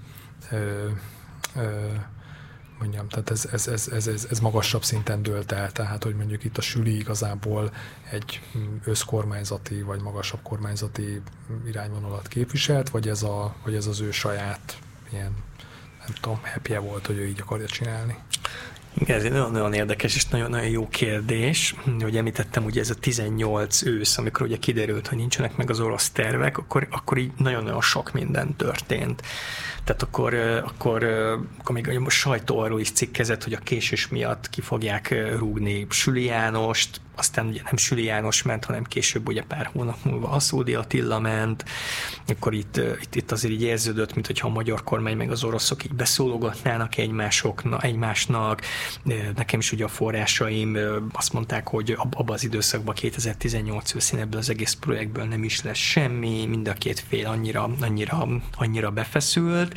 mondjam, tehát ez magasabb szinten dőlt el, tehát hogy mondjuk itt a Süli igazából egy összkormányzati vagy magasabb kormányzati irányvonalat képviselt, vagy ez az ő saját ilyen, nem tudom, happy volt, hogy ő így akarja csinálni. Igen, ez egy nagyon-nagyon érdekes és nagyon-nagyon jó kérdés. Hogy említettem, ugye ez a 18 ősz, amikor ugye kiderült, hogy nincsenek meg az orosz tervek, akkor így nagyon-nagyon sok minden történt. Tehát akkor még a sajtó arról is cikkezett, hogy a késés miatt ki fogják rúgni Süli Jánost, aztán ugye nem Süli János ment, hanem később ugye pár hónap múlva Aszódi Attila ment, akkor itt azért így érződött, mint hogyha a magyar kormány meg az oroszok így beszólogatnának egymásnak. Nekem is ugye a forrásaim azt mondták, hogy abban az időszakban 2018 őszén ebből az egész projektből nem is lesz semmi, mind a két fél annyira befeszült.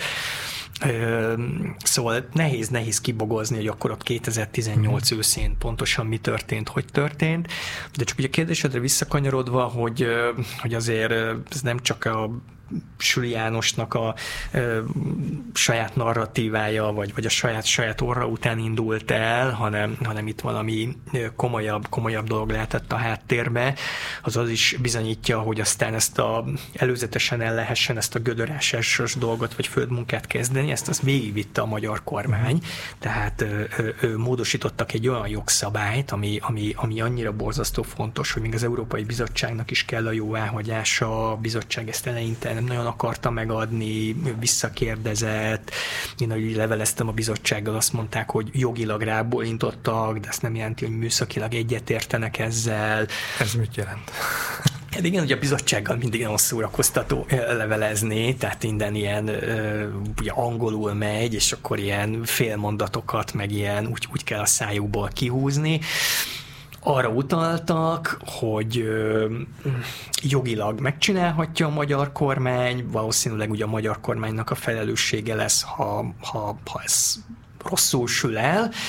Szóval nehéz kibogozni, hogy akkor ott 2018 őszén pontosan mi történt, hogy történt, de csak ugye a kérdésedre visszakanyarodva, hogy azért ez nem csak a Süli Jánosnak a saját narratívája, vagy a saját orra után indult el, hanem itt valami komolyabb dolog lehetett a háttérbe, az is bizonyítja, hogy aztán előzetesen el lehessen ezt a gödörásos dolgot, vagy földmunkát kezdeni, ezt végigvitte a magyar kormány, tehát módosítottak egy olyan jogszabályt, ami annyira borzasztó fontos, hogy még az Európai Bizottságnak is kell a jóváhagyása, a bizottság ezt eleinte nem nagyon akarta megadni, visszakérdezett, én ahogy leveleztem a bizottsággal, azt mondták, hogy jogilag rábólintottak, de ezt nem jelenti, hogy műszakilag egyetértenek ezzel. Ez mit jelent? Hát igen, ugye a bizottsággal mindig nagyon szórakoztató levelezni, tehát minden ilyen ugye angolul megy, és akkor ilyen félmondatokat, meg ilyen úgy kell a szájukból kihúzni. Arra utaltak, hogy jogilag megcsinálhatja a magyar kormány, valószínűleg ugye a magyar kormánynak a felelőssége lesz, ha ez rosszul sül el,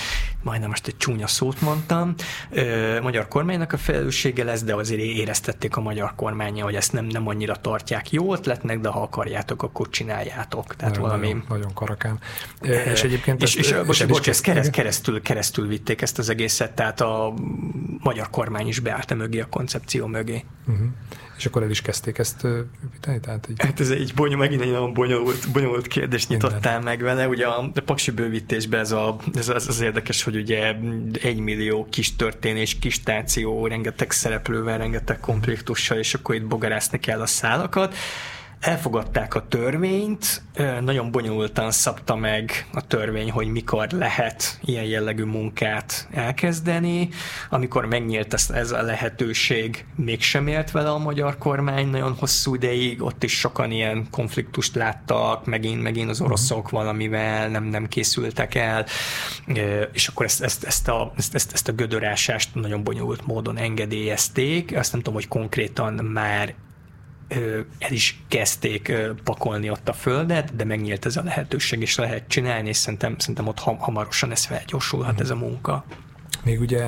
majdnem most egy csúnya szót mondtam, magyar kormánynak a felelőssége lesz, de azért éreztették a magyar kormánnyal, hogy ezt nem annyira tartják jó ötletnek, de ha akarjátok, akkor csináljátok. Tehát nagyon, valami... Nagyon karakán. És egyébként... Ezt keresztül vitték ezt az egészet, tehát a magyar kormány is beállt mögé, a koncepció mögé. És akkor el is kezdték ezt vitani? Hát ez megint egy nagyon bonyolult kérdést nyitottál meg vele. Ugye a paksi bővítésben ez az érdekes, hogy ugye 1 millió kis történés, kis stáció, rengeteg szereplővel, rengeteg konfliktussal, és akkor itt bogarászni kell a szálakat. Elfogadták a törvényt, nagyon bonyolultan szabta meg a törvény, hogy mikor lehet ilyen jellegű munkát elkezdeni. Amikor megnyílt ez a lehetőség, mégsem élt vele a magyar kormány nagyon hosszú ideig, ott is sokan ilyen konfliktust láttak, megint az oroszok valamivel nem készültek el, és akkor ezt a gödörásást nagyon bonyolult módon engedélyezték. Azt nem tudom, hogy konkrétan már el is kezdték pakolni ott a földet, de megnyílt ez a lehetőség, és lehet csinálni, és szerintem ott hamarosan ez felgyorsulhat, ez a munka. Még ugye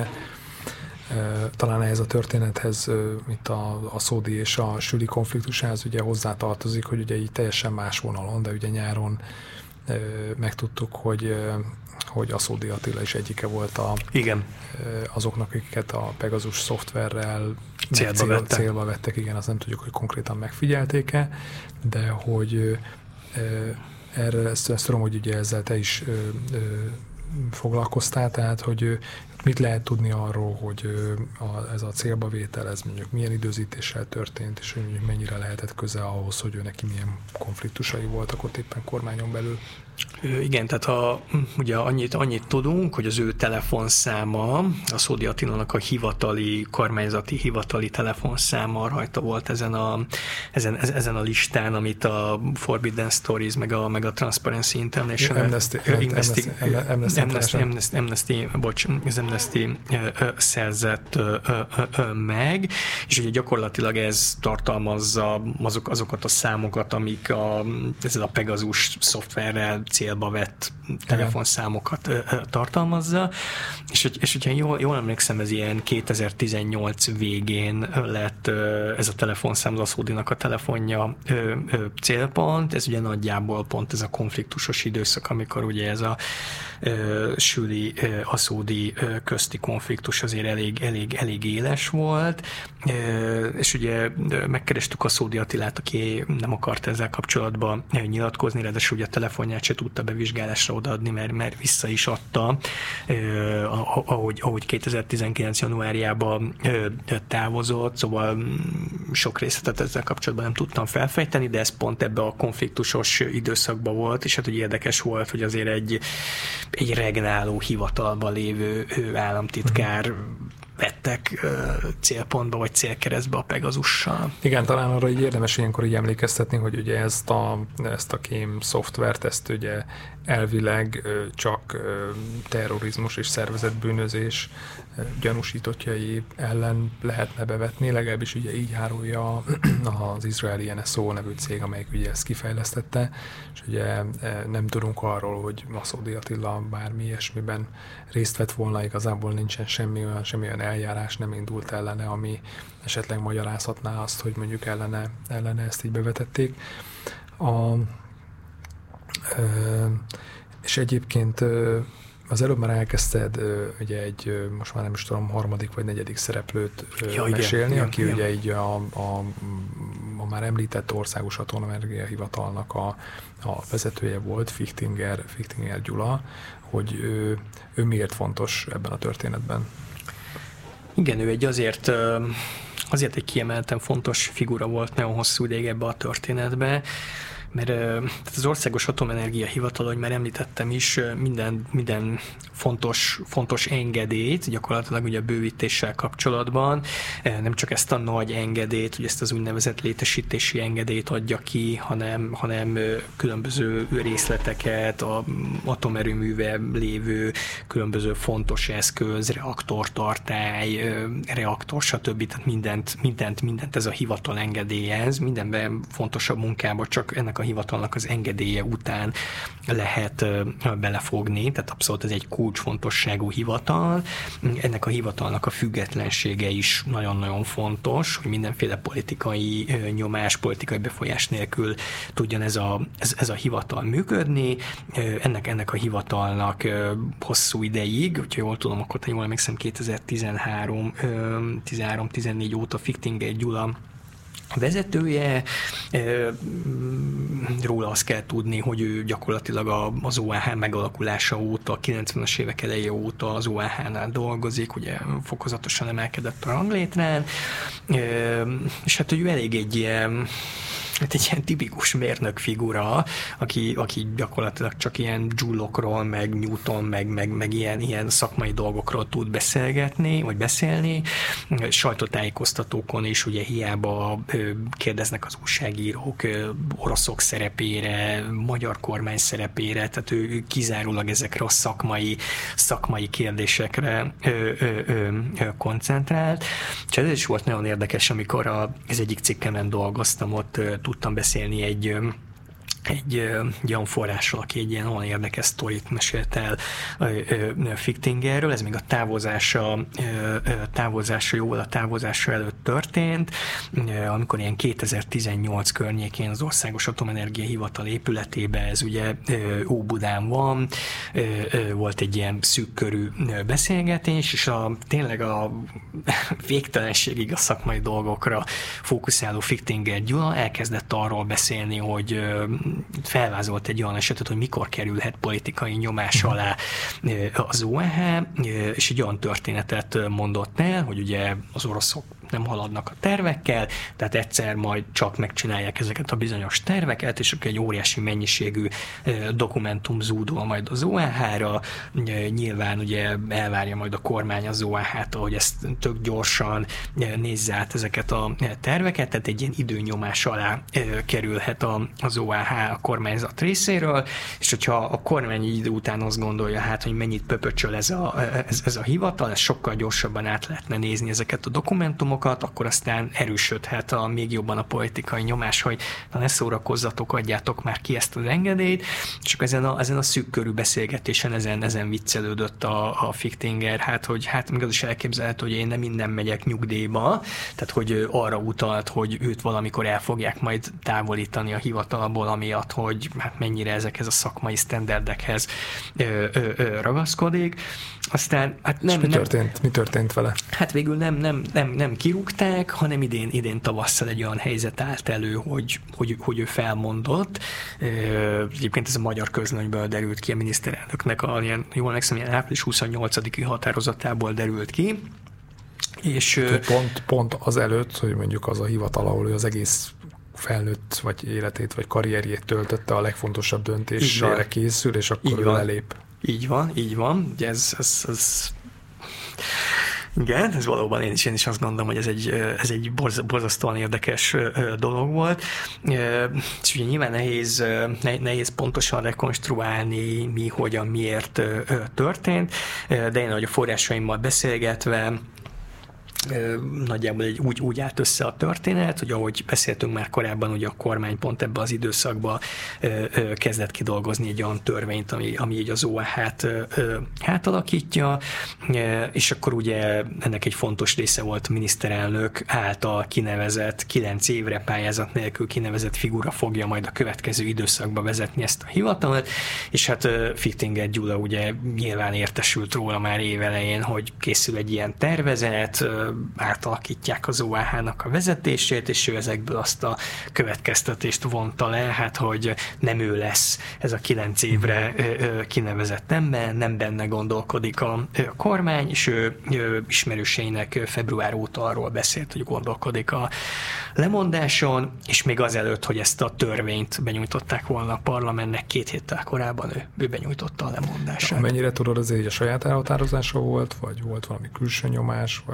talán ehhez a történethez, mint a szódi és a süli konfliktusához ugye hozzátartozik, hogy ugye így teljesen más vonalon, de ugye nyáron megtudtuk, hogy Aszódi Attila is egyike volt azoknak, akiket a Pegasus szoftverrel célba vettek. Igen, azt nem tudjuk, hogy konkrétan megfigyelték-e, de hogy erre ezt tudom, hogy ugye ezzel te is foglalkoztál, tehát hogy mit lehet tudni arról, hogy ez a célbavétel, ez mondjuk milyen időzítéssel történt, és hogy mondjuk mennyire lehetett köze ahhoz, hogy ő neki milyen konfliktusai voltak ott éppen kormányon belül. Igen, tehát ugye annyit tudunk, hogy az ő telefonszáma, a Szódi Attilának a kormányzati hivatali telefonszáma rajta volt ezen a listán, amit a Forbidden Stories, meg a Transparency International Amnesty szerzett meg, és ugye gyakorlatilag ez tartalmazza azokat a számokat, amik ezzel a Pegasus szoftverrel célba vett telefonszámokat tartalmazza, és hogyha jól emlékszem, ez ilyen 2018 végén lett ez a telefonszám, az Aszódinak a telefonja célpont, ez ugye nagyjából pont ez a konfliktusos időszak, amikor ugye ez a süli Aszódi közti konfliktus azért elég éles volt, és ugye megkerestük Aszódi Attilát, aki nem akart ezzel kapcsolatban nyilatkozni, ráadásul ugye a telefonját se tudta bevizsgálásra odaadni, mert vissza is adta, ahogy 2019. januárjában távozott, szóval sok részletet ezzel kapcsolatban nem tudtam felfejteni, de ez pont ebbe a konfliktusos időszakban volt, és hát ugye érdekes volt, hogy azért egy regnáló hivatalban lévő államtitkár vettek célpontba vagy célkeresztbe a Pegasussal. Igen, talán arra így érdemes ilyenkor így emlékeztetni, hogy ugye ezt a kém szoftvert, ezt ugye elvileg csak terrorizmus és szervezetbűnözés gyanúsítottjai ellen lehetne bevetni, legalábbis ugye így árulja az izraeli NSO nevű cég, amelyik ugye ezt kifejlesztette, és ugye nem tudunk arról, hogy Aszódi Attila bármi ilyesmiben részt vett volna, igazából nincsen semmi olyan eljárás nem indult ellene, ami esetleg magyarázhatná azt, hogy mondjuk ellene ezt így bevetették. És egyébként az előbb már elkezdted ugye most már nem is tudom, 3. vagy 4. szereplőt mesélni, igen, aki ugye így a már említett Országos Atomenergia Hivatalnak a vezetője volt, Fichtinger Gyula, hogy ő miért fontos ebben a történetben? Igen, ő azért egy kiemelten fontos figura volt nagyon hosszú ideig ebbe a történetbe, mert az Országos Atomenergia Hivatal, ahogy már említettem is, minden fontos engedélyt, gyakorlatilag ugye a bővítéssel kapcsolatban, nem csak ezt a nagy engedélyt, ugye ezt az úgynevezett létesítési engedélyt adja ki, hanem különböző részleteket, az atomerőművel lévő különböző fontos eszköz, reaktortartály, reaktor, stb. Tehát mindent ez a hivatal engedélyez, mindenben fontosabb munkában csak ennek ennek a hivatalnak az engedélye után lehet belefogni, tehát abszolút ez egy kulcsfontosságú hivatal. Ennek a hivatalnak a függetlensége is nagyon-nagyon fontos, hogy mindenféle politikai nyomás, politikai befolyás nélkül tudjon ez a hivatal működni. Ennek a hivatalnak hosszú ideig, hogyha jól tudom, akkor jól emlékszem, 2013-14 óta Fichtinger Gyula vezetője. Róla azt kell tudni, hogy ő gyakorlatilag az OAH megalakulása óta, 90-es évek eleje óta az OAH-nál dolgozik, ugye fokozatosan emelkedett a ranglétrán, és hát ő elég egy ilyen tipikus mérnök figura, aki gyakorlatilag csak ilyen Joule-okról, meg Newton, meg ilyen szakmai dolgokról tud beszélgetni, vagy beszélni. Sajtótájékoztatókon is ugye hiába kérdeznek az újságírók oroszok szerepére, magyar kormány szerepére, tehát ő kizárólag ezekre a szakmai kérdésekre koncentrált. És ez is volt nagyon érdekes, amikor az egyik cikkemen dolgoztam, ott tudtam beszélni egy olyan forrásról, aki egy ilyen olyan érdekes sztorit mesélt el Fichtingerről, ez még a távozása előtt történt, amikor ilyen 2018 környékén az Országos Atomenergia Hivatal épületében, ez ugye Óbudán van, volt egy ilyen szűkkörű beszélgetés, és tényleg a végtelenségig a szakmai dolgokra fókuszáló Fichtinger Gyula elkezdett arról beszélni, hogy felvázolt egy olyan esetet, hogy mikor kerülhet politikai nyomás alá az OAH, és egy olyan történetet mondott el, hogy ugye az oroszok nem haladnak a tervekkel, tehát egyszer majd csak megcsinálják ezeket a bizonyos terveket, és akkor egy óriási mennyiségű dokumentum zúdul majd az OAH-ra. Nyilván ugye elvárja majd a kormány az OAH-tól, hogy ezt tök gyorsan nézze át ezeket a terveket, tehát egy ilyen időnyomás alá kerülhet az OAH a kormányzat részéről, és hogyha a kormány idő után azt gondolja, hát, hogy mennyit pöpöcsöl ez a hivatal, ez sokkal gyorsabban át lehetne nézni ezeket a dokumentumokat, akkor aztán erősödhet még jobban a politikai nyomás, hogy na ne szórakozzatok, adjátok már ki ezt az engedélyt, és akkor ezen a szűk körű beszélgetésen ezen viccelődött a Fichtinger, hogy még az is elképzelhető, hogy én nem innen megyek nyugdíjba, tehát hogy arra utalt, hogy őt valamikor el fogják majd távolítani a hivatalból, amiatt, hogy hát mennyire ezekhez a szakmai sztenderdekhez ragaszkodik. Aztán hát mi történt vele? Hát végül nem kirúgták, hanem idén tavasszal egy olyan helyzet állt elő, hogy ő felmondott. Egyébként ez a Magyar Közlönyből derült ki, a miniszterelnöknek jól emlékszem, ilyen április 28-i határozatából derült ki. És pont az előtt, hogy mondjuk az a hivatal, ahol ő az egész felnőtt vagy életét, vagy karrierjét töltötte, a legfontosabb döntésre készül, és akkor ő lelép. Így van. Ugye ez igen, ez valóban én is azt gondolom, hogy ez egy borzasztóan érdekes dolog volt. És ugye nyilván nehéz pontosan rekonstruálni, mi, hogyan, miért történt, de én, ahogy a forrásaimmal beszélgetve, nagyjából úgy állt össze a történet, hogy ahogy beszéltünk már korábban, ugye a kormány pont ebben az időszakban kezdett kidolgozni egy olyan törvényt, ami így az OAH-t átalakítja, és akkor ugye ennek egy fontos része volt a miniszterelnök által kinevezett, 9 évre pályázat nélkül kinevezett figura fogja majd a következő időszakban vezetni ezt a hivatalt, és hát Fichtinger Gyula ugye nyilván értesült róla már évelején, hogy készül egy ilyen tervezet, átalakítják az OAH-nak a vezetését, és ő ezekből azt a következtetést vonta le, hát, hogy nem ő lesz ez a 9 évre kinevezett ember, nem benne gondolkodik a kormány, és ő ismerőseinek február óta arról beszélt, hogy gondolkodik a lemondáson, és még azelőtt, hogy ezt a törvényt benyújtották volna a parlamentnek, 2 héttel korábban ő benyújtotta a lemondását. Mennyire tudod, az egy a saját elhatározása volt, vagy volt valami külső nyomás, vagy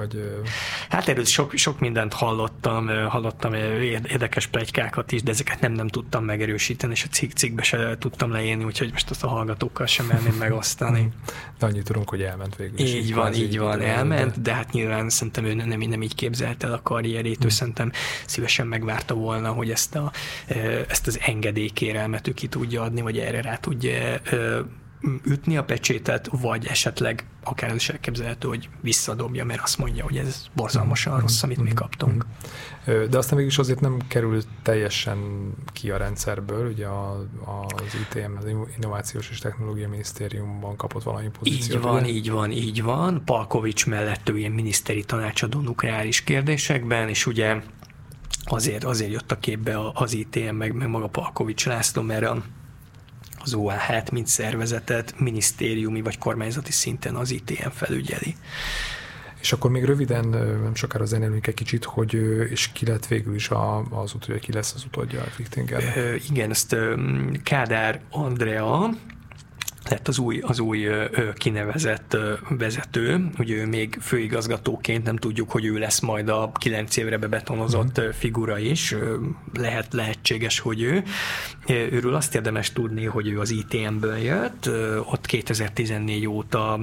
Hát erről sok mindent hallottam érdekes pletykákat is, de ezeket nem tudtam megerősíteni, és a cikkbe se tudtam leírni, úgyhogy most azt a hallgatókkal sem merném megosztani. De annyit tudunk, hogy elment végül is. Így van, elment, de hát nyilván szerintem ő nem így képzelt el a karrierét, ő szerintem szívesen megvárta volna, hogy ezt az engedélykérelmet ő ki tudja adni, vagy erre rá tudja ütni a pecsétet, vagy esetleg akár az is elképzelhető, hogy visszadobja, mert azt mondja, hogy ez borzalmasan rossz, amit mi kaptunk. De aztán mégis azért nem került teljesen ki a rendszerből, ugye az ITM, az Innovációs és Technológia Minisztériumban kapott valami pozíciót. Így van. Palkovics mellett ő ilyen miniszteri tanácsadó nukleáris kérdésekben, és ugye azért jött a képbe az ITM, meg maga Palkovics László, mert az OAH-t, mint szervezetet minisztériumi vagy kormányzati szinten az ITM felügyeli. És akkor még röviden, nem sokára zenélünk egy kicsit, hogy és ki lett végül is az utódja, ki lesz az utódja a Fichtingernek? Igen, ezt Kádár Andrea lett az új kinevezett vezető, ugye ő még főigazgatóként, nem tudjuk, hogy ő lesz majd a 9 évre bebetonozott figura is, lehetséges, hogy ő. Őről azt érdemes tudni, hogy ő az ITM-ből jött, ott 2014 óta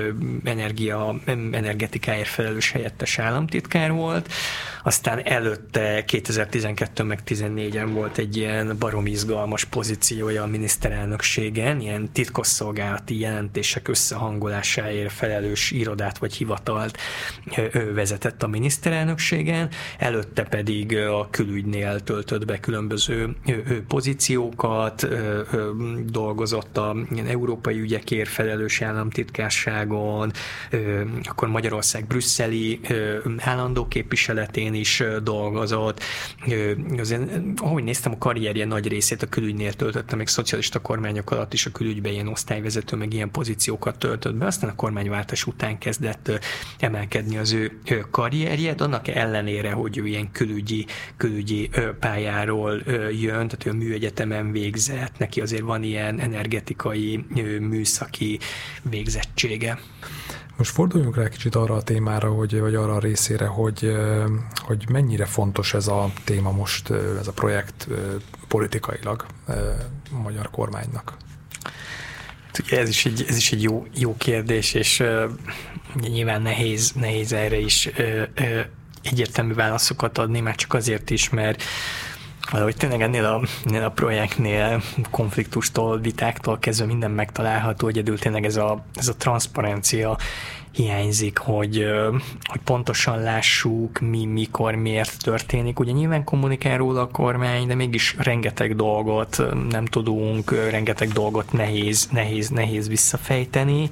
energetikáért felelős helyettes államtitkár volt, aztán előtte 2012 meg 2014-en volt egy ilyen baromi izgalmas pozíciója a miniszterelnökségen, ilyen titkosszolgálati jelentések összehangolásáért felelős irodát vagy hivatalt vezetett a miniszterelnökségen, előtte pedig a külügynél töltött be különböző pozíciókat, dolgozott a európai ügyekért felelős államtitkárságon, akkor Magyarország brüsszeli állandó képviseletén is dolgozott. Ahogy néztem, a karrierje nagy részét a külügynél töltötte, még szocialista kormányok alatt is a külügyben ilyen osztályvezető, meg ilyen pozíciókat töltött be, aztán a kormányváltás után kezdett emelkedni az ő karrierje, de annak ellenére, hogy ő ilyen külügyi pályáról jön, tehát ő a műegyetemen végzett, neki azért van ilyen energetikai, műszaki végzettsége. Most forduljunk rá kicsit arra a témára, vagy arra a részére, hogy mennyire fontos ez a téma most, ez a projekt politikailag a magyar kormánynak. Ugye ez is egy jó kérdés, és nyilván nehéz erre is egyértelmű válaszokat adni, már csak azért is, mert valahogy tényleg ennél a projektnél konfliktustól, vitáktól kezdve minden megtalálható, egyedül tényleg ez a transzparencia hiányzik, hogy pontosan lássuk, mikor, miért történik. Ugye nyilván kommunikál róla a kormány, de mégis rengeteg dolgot nem tudunk, rengeteg dolgot nehéz visszafejteni.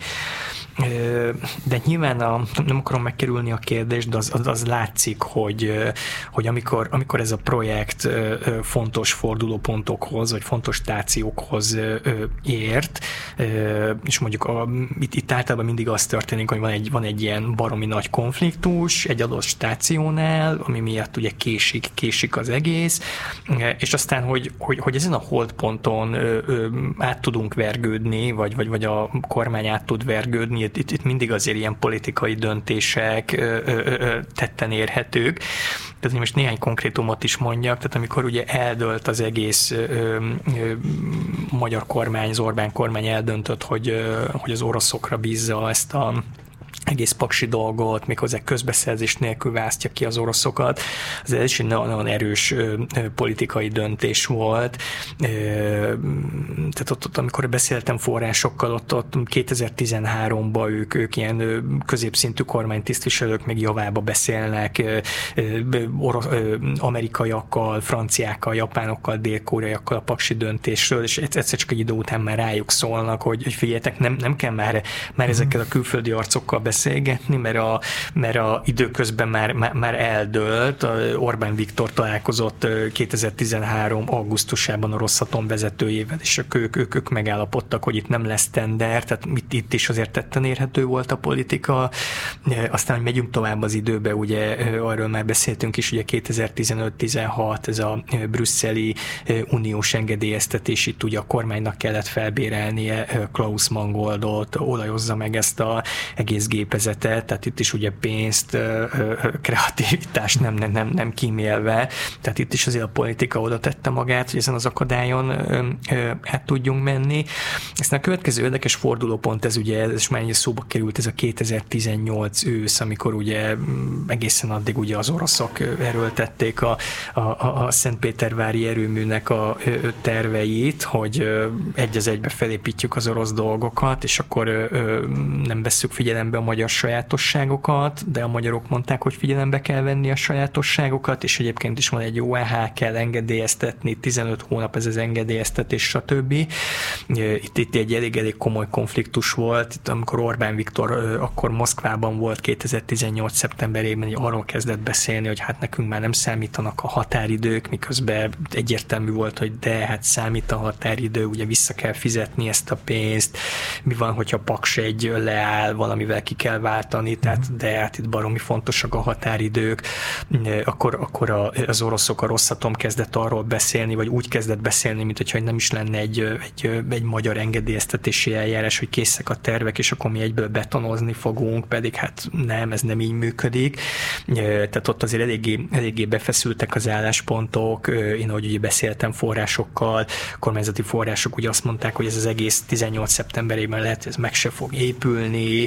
De nyilván nem akarom megkerülni a kérdést, de az látszik, hogy amikor ez a projekt fontos fordulópontokhoz, vagy fontos stációkhoz ért, és mondjuk itt általában mindig az történik, hogy van egy ilyen baromi nagy konfliktus egy adott stációnál, ami miatt ugye késik az egész, és aztán, hogy ezen a holdponton át tudunk vergődni, vagy a kormány át tud vergődni, itt mindig azért ilyen politikai döntések tetten érhetők. Tehát most néhány konkrétumot is mondjak, tehát amikor ugye eldölt az egész magyar kormány, az Orbán kormány eldöntött, hogy az oroszokra bízza ezt a egész paksi dolgot, méghozzá közbeszerzés nélkül választja ki az oroszokat. Ez is egy nagyon erős politikai döntés volt. Tehát ott amikor beszéltem forrásokkal, ott 2013-ban ők ilyen középszintű kormánytisztviselők még javába beszélnek amerikaiakkal, franciákkal, japánokkal, dél-koreaiakkal a paksi döntésről, és egyszer csak egy idő után már rájuk szólnak, hogy figyeljetek, nem kell már ezekkel a külföldi arcokkal beszélgetni, mert a időközben már eldőlt. Orbán Viktor találkozott 2013. augusztusában a Rosszatom vezetőjével, és ők megállapodtak, hogy itt nem lesz tender, tehát itt is azért tetten érhető volt a politika. Aztán, hogy megyünk tovább az időbe, ugye arról már beszéltünk is, ugye 2015-16 ez a brüsszeli uniós engedélyeztetés, itt ugye a kormánynak kellett felbérelnie Klaus Mangoldot, olajozza meg ezt a egész gépezete, tehát itt is ugye pénzt, kreativitást nem kímélve, tehát itt is azért a politika oda tette magát, hogy ezen az akadályon át tudjunk menni. Aztán a következő érdekes fordulópont, ez ugye, ez már szóba került, ez a 2018 ősz, amikor ugye egészen addig ugye az oroszok erőltették a Szentpétervári erőműnek a terveit, hogy egy az egybe felépítjük az orosz dolgokat, és akkor nem vesszük figyelembe a magyar sajátosságokat, de a magyarok mondták, hogy figyelembe kell venni a sajátosságokat, és egyébként is van egy OAH, kell engedélyeztetni, 15 hónap ez az engedélyeztetés, stb. Itt egy elég komoly konfliktus volt, itt, amikor Orbán Viktor akkor Moszkvában volt 2018. szeptemberében, arról kezdett beszélni, hogy hát nekünk már nem számítanak a határidők, miközben egyértelmű volt, hogy de hát számít a határidő, ugye vissza kell fizetni ezt a pénzt, mi van, hogyha Paks 1 leáll, valamivel ki kell váltani, tehát de hát itt baromi fontosak a határidők, akkor az oroszok, a Rosszatom kezdett arról beszélni, vagy úgy kezdett beszélni, mint hogyha nem is lenne egy magyar engedélyeztetési eljárás, hogy készek a tervek, és akkor mi egyből betonozni fogunk, pedig hát nem, ez nem így működik. Tehát ott azért eléggé befeszültek az álláspontok, én ahogy ugye beszéltem forrásokkal, kormányzati források ugye azt mondták, hogy ez az egész 18 szeptemberében lehet, ez meg se fog épülni,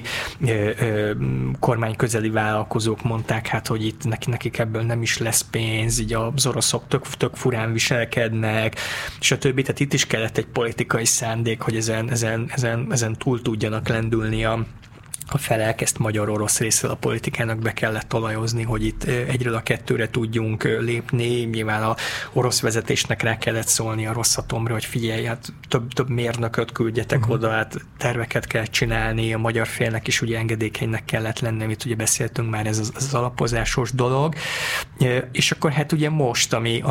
kormányközeli vállalkozók mondták, hát, hogy itt nekik ebből nem is lesz pénz, így az oroszok tök furán viselkednek, stb. Tehát itt is kellett egy politikai szándék, hogy ezen túl tudjanak lendülni a felek, ezt magyar-orosz részről a politikának be kellett olajozni, hogy itt egyről a kettőre tudjunk lépni. Nyilván a orosz vezetésnek rá kellett szólni a Rosszatomra, hogy figyelj, hát több mérnököt küldjetek oda, hát terveket kell csinálni, a magyar félnek is ugye engedékenynek kellett lenni, amit ugye beszéltünk már, ez az alapozásos dolog. És akkor hát ugye most,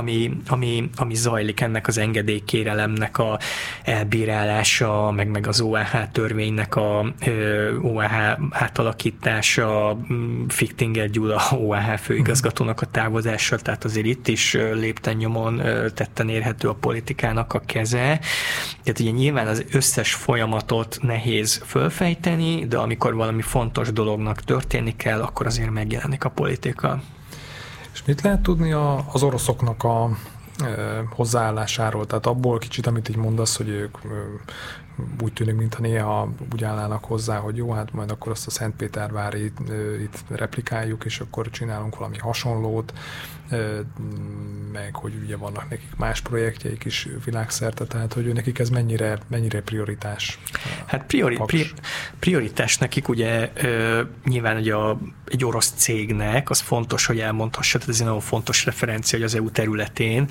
ami zajlik, ennek az engedélykérelemnek a elbírálása, meg az OAH törvénynek a OAH átalakítása, Fichtinger Gyula OAH főigazgatónak a távozása, tehát azért itt is lépten nyomon tetten érhető a politikának a keze. Tehát ugye nyilván az összes folyamatot nehéz fölfejteni, de amikor valami fontos dolognak történni kell, akkor azért megjelenik a politika. És mit lehet tudni az oroszoknak a hozzáállásáról? Tehát abból kicsit, amit így mondasz, hogy ők úgy tűnik, mintha néha úgy állnának hozzá, hogy jó, hát majd akkor azt a Szentpétervári itt replikáljuk, és akkor csinálunk valami hasonlót, meg hogy ugye vannak nekik más projektjeik is világszerte, tehát hogy nekik ez mennyire prioritás? Hát prioritás nekik ugye nyilván, hogy egy orosz cégnek az fontos, hogy elmondhassa, tehát ez egy nagyon fontos referencia, hogy az EU területén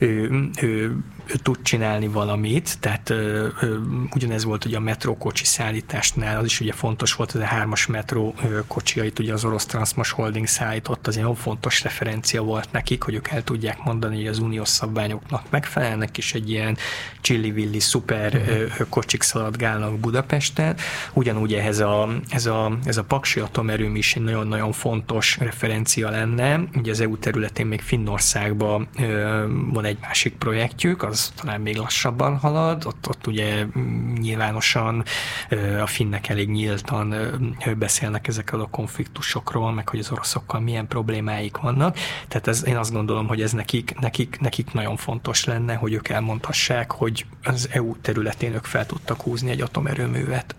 ő tud csinálni valamit, tehát ugyanez volt ugye a metrókocsi szállításnál, az is ugye fontos volt, hogy a 3-as metró kocsiait ugye az orosz Transmas Holding szállított, az egy nagyon fontos referencia volt nekik, hogy ők el tudják mondani, hogy az uniós szabványoknak megfelelnek, és egy ilyen csillivilli szuper kocsik szaladgálnak Budapesten. Ugyanúgy ez a Paksi atomerőmű is egy nagyon-nagyon fontos referencia lenne. Ugye az EU területén még Finnországban van egy másik projektjük, az talán még lassabban halad, ott ugye nyilvánosan a finnek elég nyíltan beszélnek ezekről a konfliktusokról, meg hogy az oroszokkal milyen problémáik vannak. Tehát én azt gondolom, hogy ez nekik nagyon fontos lenne, hogy ők elmondhassák, hogy az EU területén ők fel tudtak húzni egy atomerőművet.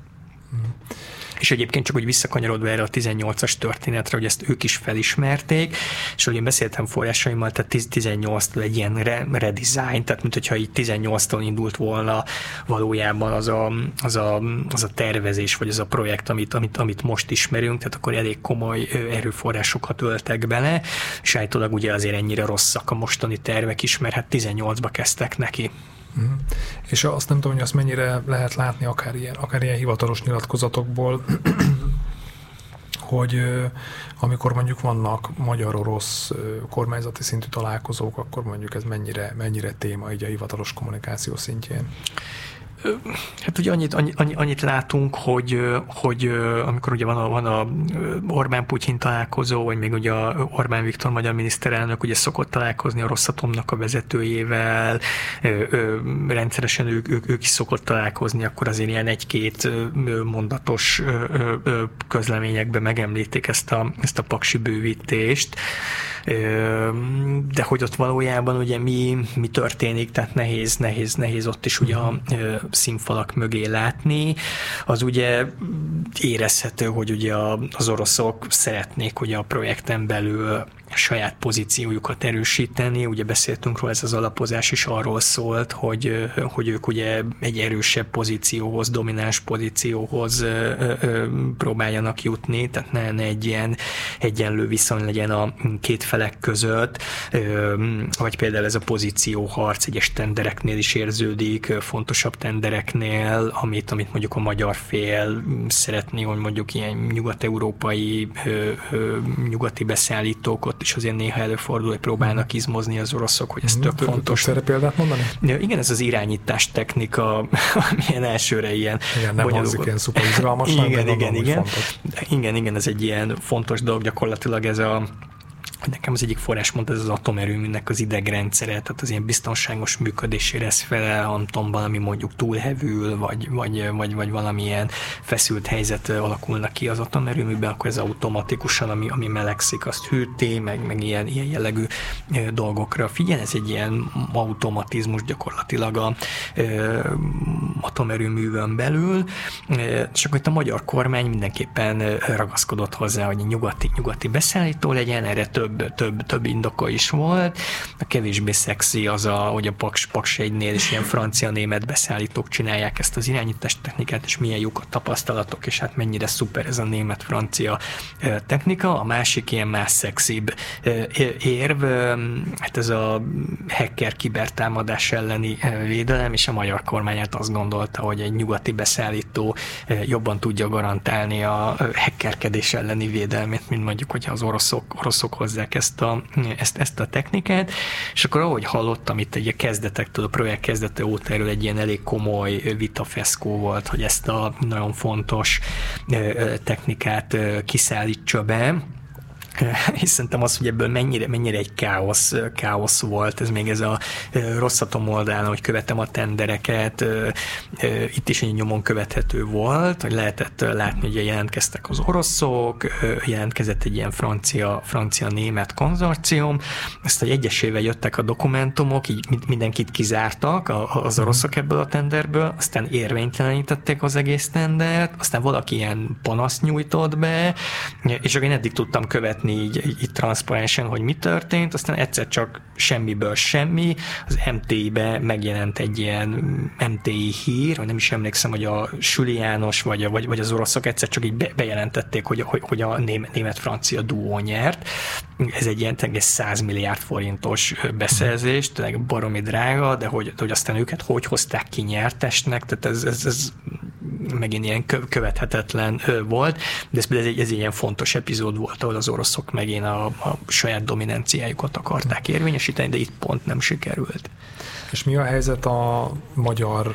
És egyébként csak, hogy visszakanyarodva erre a 18-as történetre, hogy ezt ők is felismerték, és hogy én beszéltem forrásaimmal, tehát 18-tól egy ilyen redesign, tehát mint hogyha így 18-tól indult volna valójában az a tervezés, vagy az a projekt, amit most ismerünk, tehát akkor elég komoly erőforrásokat öltek bele, és állítólag ugye azért ennyire rosszak a mostani tervek is, mert hát 18-ba kezdtek neki. És azt nem tudom, hogy azt mennyire lehet látni akár ilyen hivatalos nyilatkozatokból, hogy amikor mondjuk vannak magyar-orosz kormányzati szintű találkozók, akkor mondjuk ez mennyire téma így a hivatalos kommunikáció szintjén? Hát ugye annyit látunk, hogy amikor ugye van a Orbán-Putyin találkozó, vagy még ugye a Orbán Viktor magyar miniszterelnök ugye szokott találkozni a Rosszatomnak a vezetőjével, rendszeresen ők is szokott találkozni, akkor azért ilyen egy-két mondatos közleményekben megemlítik ezt a paksi bővítést, de hogy ott valójában ugye mi történik, tehát nehéz ott is ugye a színfalak mögé látni. Az ugye érezhető, hogy ugye az oroszok szeretnék ugye a projekten belül saját pozíciójukat erősíteni. Ugye beszéltünk róla, ez az alapozás is arról szólt, hogy ők ugye egy erősebb pozícióhoz, domináns pozícióhoz próbáljanak jutni, tehát ne egy ilyen egyenlő viszony legyen a két felek között, vagy például ez a pozícióharc egyes tendereknél is érződik, fontosabb tendereknél, amit mondjuk a magyar fél szeretné, hogy mondjuk ilyen nyugat-európai, nyugati beszállítók ott is azért néha előfordul, hogy próbálnak izmozni az oroszok, hogy ez tök fontos. Tudsz erre példát mondani? Igen, ez az irányítás technika, milyen elsőre ilyen igen, nem hangzik ilyen szuper izgalmasan, igen, ez egy ilyen fontos dolog, gyakorlatilag ez nekem az egyik forrás mondta, ez az atomerőműnek az idegrendszere, tehát az ilyen biztonságos működésére ez felel, nem tudom, valami mondjuk túlhevül, vagy valamilyen feszült helyzet alakulnak ki az atomerőműben, akkor ez automatikusan, ami melegszik, azt hűti, meg ilyen jellegű dolgokra figyel. Ez egy ilyen automatizmus gyakorlatilag a atomerőművön belül, és akkor itt a magyar kormány mindenképpen ragaszkodott hozzá, hogy nyugati beszállító legyen, erre több indoka is volt. A kevésbé szexi az, hogy a Paks 1-nél is ilyen francia-német beszállítók csinálják ezt az irányítás technikát, és milyen jók a tapasztalatok, és hát mennyire szuper ez a német-francia technika. A másik ilyen más szexibb érv, hát ez a hacker kibertámadás elleni védelem, és a magyar kormányát azt gondolta, hogy egy nyugati beszállító jobban tudja garantálni a hackerkedés elleni védelmét, mint mondjuk, hogyha az oroszok hozzák ezt a technikát, és akkor ahogy hallottam itt egy kezdetektől, a projekt kezdete óta erről egy ilyen elég komoly vitafeszkó volt, hogy ezt a nagyon fontos technikát kiszállítsa be, és szerintem az, hogy ebből mennyire egy káosz volt, ez még ez a Rosszatom oldalán, hogy követem a tendereket, itt is egy nyomon követhető volt, hogy lehetett látni, hogy jelentkeztek az oroszok, jelentkezett egy ilyen francia-német konzorcium, aztán egyesével jöttek a dokumentumok, így mindenkit kizártak az oroszok ebből a tenderből, aztán érvénytelenítették az egész tendert, aztán valaki ilyen panaszt nyújtott be, és akkor én eddig tudtam követni így transzparensen, hogy mi történt, aztán egyszer csak semmiből semmi, az MTI-be megjelent egy ilyen MTI hír, vagy nem is emlékszem, hogy a Süli János, vagy az oroszok egyszer csak így bejelentették, hogy a német-francia duó nyert. Ez egy ilyen 100 milliárd forintos beszerzés, tényleg baromi drága, de hogy aztán őket hogy hozták ki nyertesnek, tehát ez megint ilyen követhetetlen volt, de ez egy ilyen fontos epizód volt, ahol az oroszok megint a saját dominanciájukat akarták érvényesíteni, de itt pont nem sikerült. És mi a helyzet a magyar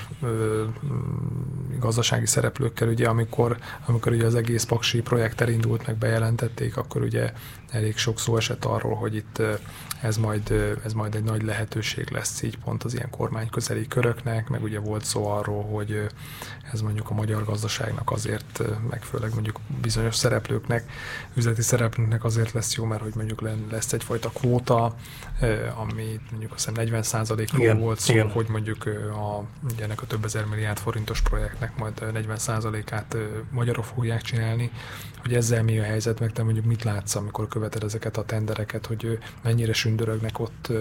gazdasági szereplőkkel, ugye, amikor ugye az egész paksi projekt elindult, meg bejelentették, akkor ugye elég sok szó esett arról, hogy itt ez majd egy nagy lehetőség lesz így pont az ilyen kormányközeli köröknek, meg ugye volt szó arról, hogy ez mondjuk a magyar gazdaságnak azért, meg főleg mondjuk bizonyos szereplőknek, üzleti szereplőknek azért lesz jó, mert hogy mondjuk lesz egyfajta kvóta, ami mondjuk azt hiszem 40%-ról volt szó, igen. Hogy mondjuk ugye ennek a több ezer milliárd forintos projektnek majd 40%-át magyarok fogják csinálni, hogy ezzel mi a helyzet, meg te mondjuk mit látsz, amikor követed ezeket a tendereket, hogy mennyire sündörögnek ott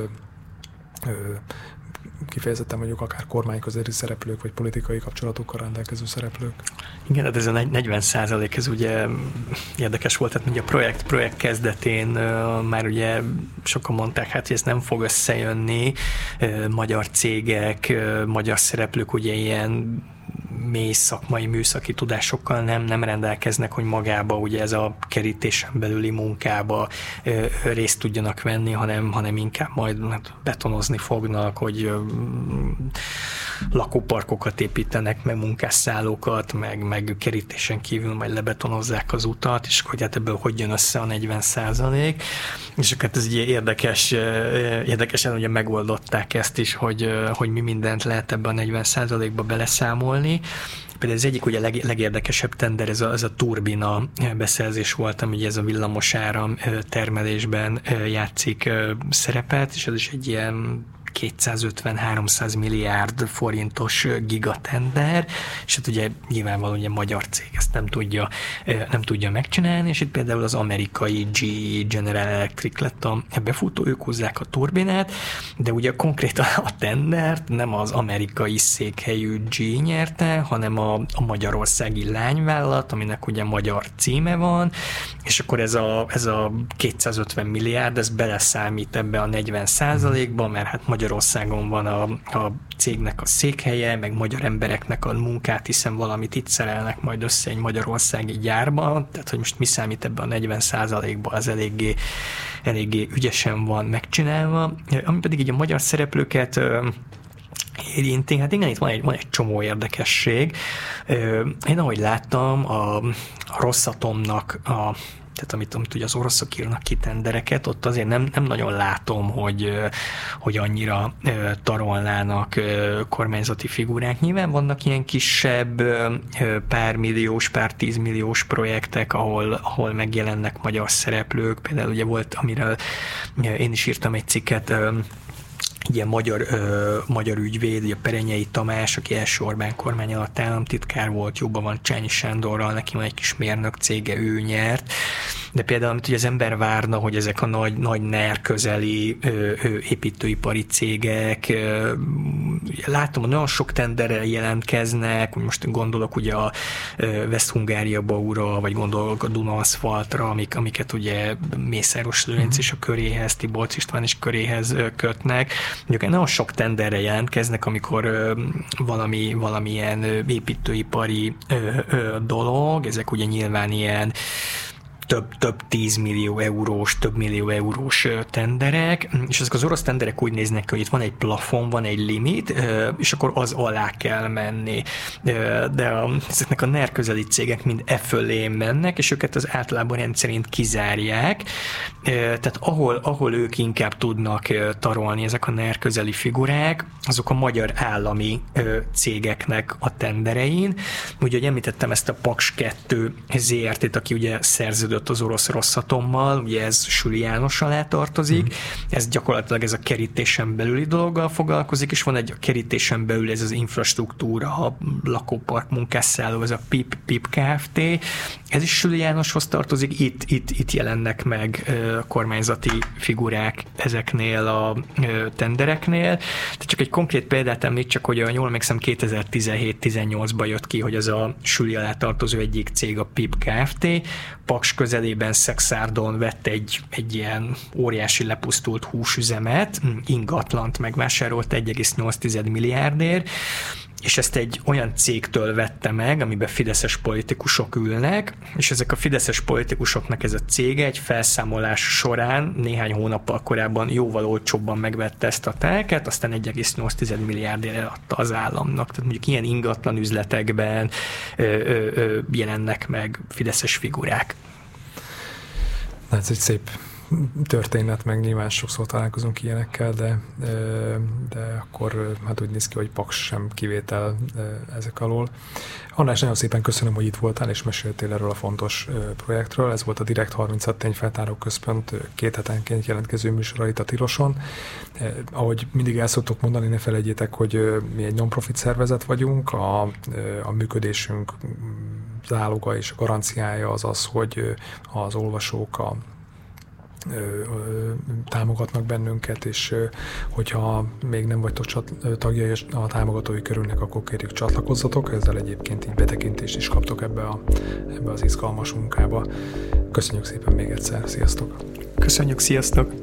kifejezetten mondjuk akár kormányközeli szereplők, vagy politikai kapcsolatokkal rendelkező szereplők. Igen, hát ez a 40%, ez ugye érdekes volt, tehát ugye a projekt kezdetén már ugye sokan mondták, hát, hogy ez nem fog összejönni, magyar cégek, magyar szereplők ugye ilyen mély szakmai, műszaki tudásokkal nem rendelkeznek, hogy magába ugye ez a kerítésen belüli munkába részt tudjanak venni, hanem inkább majd betonozni fognak, hogy lakóparkokat építenek, meg munkásszállókat, meg kerítésen kívül majd lebetonozzák az utat, és hogy hát ebből hogy jön össze a 40%. És akkor ez ugye érdekesen ugye megoldották ezt is, hogy mi mindent lehet ebbe a 40%-ba beleszámolni. Például az egyik ugye legérdekesebb tender, ez a turbina beszerzés volt, ami ugye ez a villamos áram termelésben játszik szerepet, és ez is egy ilyen 250-300 milliárd forintos gigatender, és hát ugye nyilvánvalóan ugye magyar cég ezt nem tudja megcsinálni, és itt például az amerikai GE, General Electric lett a befutó, ők húzzák a turbinát, de ugye konkrétan a tendert nem az amerikai székhelyű GE nyerte, hanem a magyarországi lányvállalat, aminek ugye magyar címe van, és akkor ez a 250 milliárd, ez beleszámít ebbe a 40%-ba, mert hát Magyarországon van a cégnek a székhelye, meg magyar embereknek a munkát, hiszen valamit itt szerelnek majd össze egy magyarországi gyárban, tehát hogy most mi számít ebbe a 40%-ba, az eléggé ügyesen van megcsinálva. Ami pedig így a magyar szereplőket érinti, hát igen, itt van egy csomó érdekesség. Én ahogy láttam, a Rosatomnak tehát amit ugye az oroszok írnak ki tendereket, ott azért nem nagyon látom, hogy annyira tarolnának kormányzati figurák. Nyilván vannak ilyen kisebb pár milliós, pár 10 milliós projektek, ahol megjelennek magyar szereplők. Például ugye volt, amiről én is írtam egy cikket, ilyen magyar ügyvéd, ugye Perenyei Tamás, aki első Orbán kormány alatt államtitkár volt, jobban van Csányi Sándorral, neki van egy kis mérnök cége, ő nyert. De például, amit ugye az ember várna, hogy ezek a nagy NER közeli építőipari cégek, látom, hogy nagyon sok tenderrel jelentkeznek, most gondolok ugye a West-Hungária Baura, vagy gondolok a Duna Aszfaltra, amiket ugye Mészáros Lőrinc és a köréhez, Tiborcs István is köréhez kötnek. Mondjuk nagyon sok tenderre jelentkeznek, amikor valamilyen építőipari dolog, ezek ugye nyilván ilyen több 10 millió eurós, több millió eurós tenderek, és ezek az orosz tenderek úgy néznek ki, hogy itt van egy plafon, van egy limit, és akkor az alá kell menni. De ezeknek a NER közeli cégek mind fölé mennek, és őket az általában rendszerint kizárják. Tehát ahol ők inkább tudnak tarolni, ezek a NER közeli figurák, azok a magyar állami cégeknek a tenderein. Ugye, hogy említettem ezt a Paks 2 ZRT-t, aki ugye szerződött az orosz Rosatommal, ugye ez Süli János alá tartozik, ez gyakorlatilag ez a kerítésen belüli dologgal foglalkozik, és van egy a kerítésen belül ez az infrastruktúra, a lakópark, munkásszálló, ez a PIP Kft. Ez is Süli Jánoshoz tartozik, itt jelennek meg kormányzati figurák ezeknél a tendereknél. Tehát csak egy konkrét példát említsek, hogy jól emlékszem 2017-18-ban jött ki, hogy az a Süli alá tartozó egyik cég, a PIP Kft. Paks közelében Szexárdon vett egy ilyen óriási lepusztult húsüzemet, ingatlant megvásárolt 1,8 milliárdért, és ezt egy olyan cégtől vette meg, amiben fideszes politikusok ülnek, és ezek a fideszes politikusoknak ez a cége egy felszámolás során néhány hónappal korábban jóval olcsóbban megvette ezt a telket, aztán 1,8 milliárdért eladta az államnak. Tehát mondjuk ilyen ingatlan üzletekben jelennek meg fideszes figurák. Ez egy szép történet, meg nyilván sokszor találkozunk ilyenekkel, de akkor hát úgy néz ki, hogy Paks sem kivétel ezek alól. András, nagyon szépen köszönöm, hogy itt voltál, és meséltél erről a fontos projektről. Ez volt a Direkt 36 Tényfeltáró Központ 2 hetenként jelentkező műsora itt a Tiloson. Ahogy mindig el szoktok mondani, ne felejtjétek, hogy mi egy non-profit szervezet vagyunk, a működésünk záloga és a garanciája az az, hogy az olvasók támogatnak bennünket, és hogyha még nem vagytok tagjai a támogatói körülnek, akkor kérjük csatlakozzatok, ezzel egyébként így betekintést is kaptok ebbe az izgalmas munkába. Köszönjük szépen még egyszer, sziasztok! Köszönjük, sziasztok!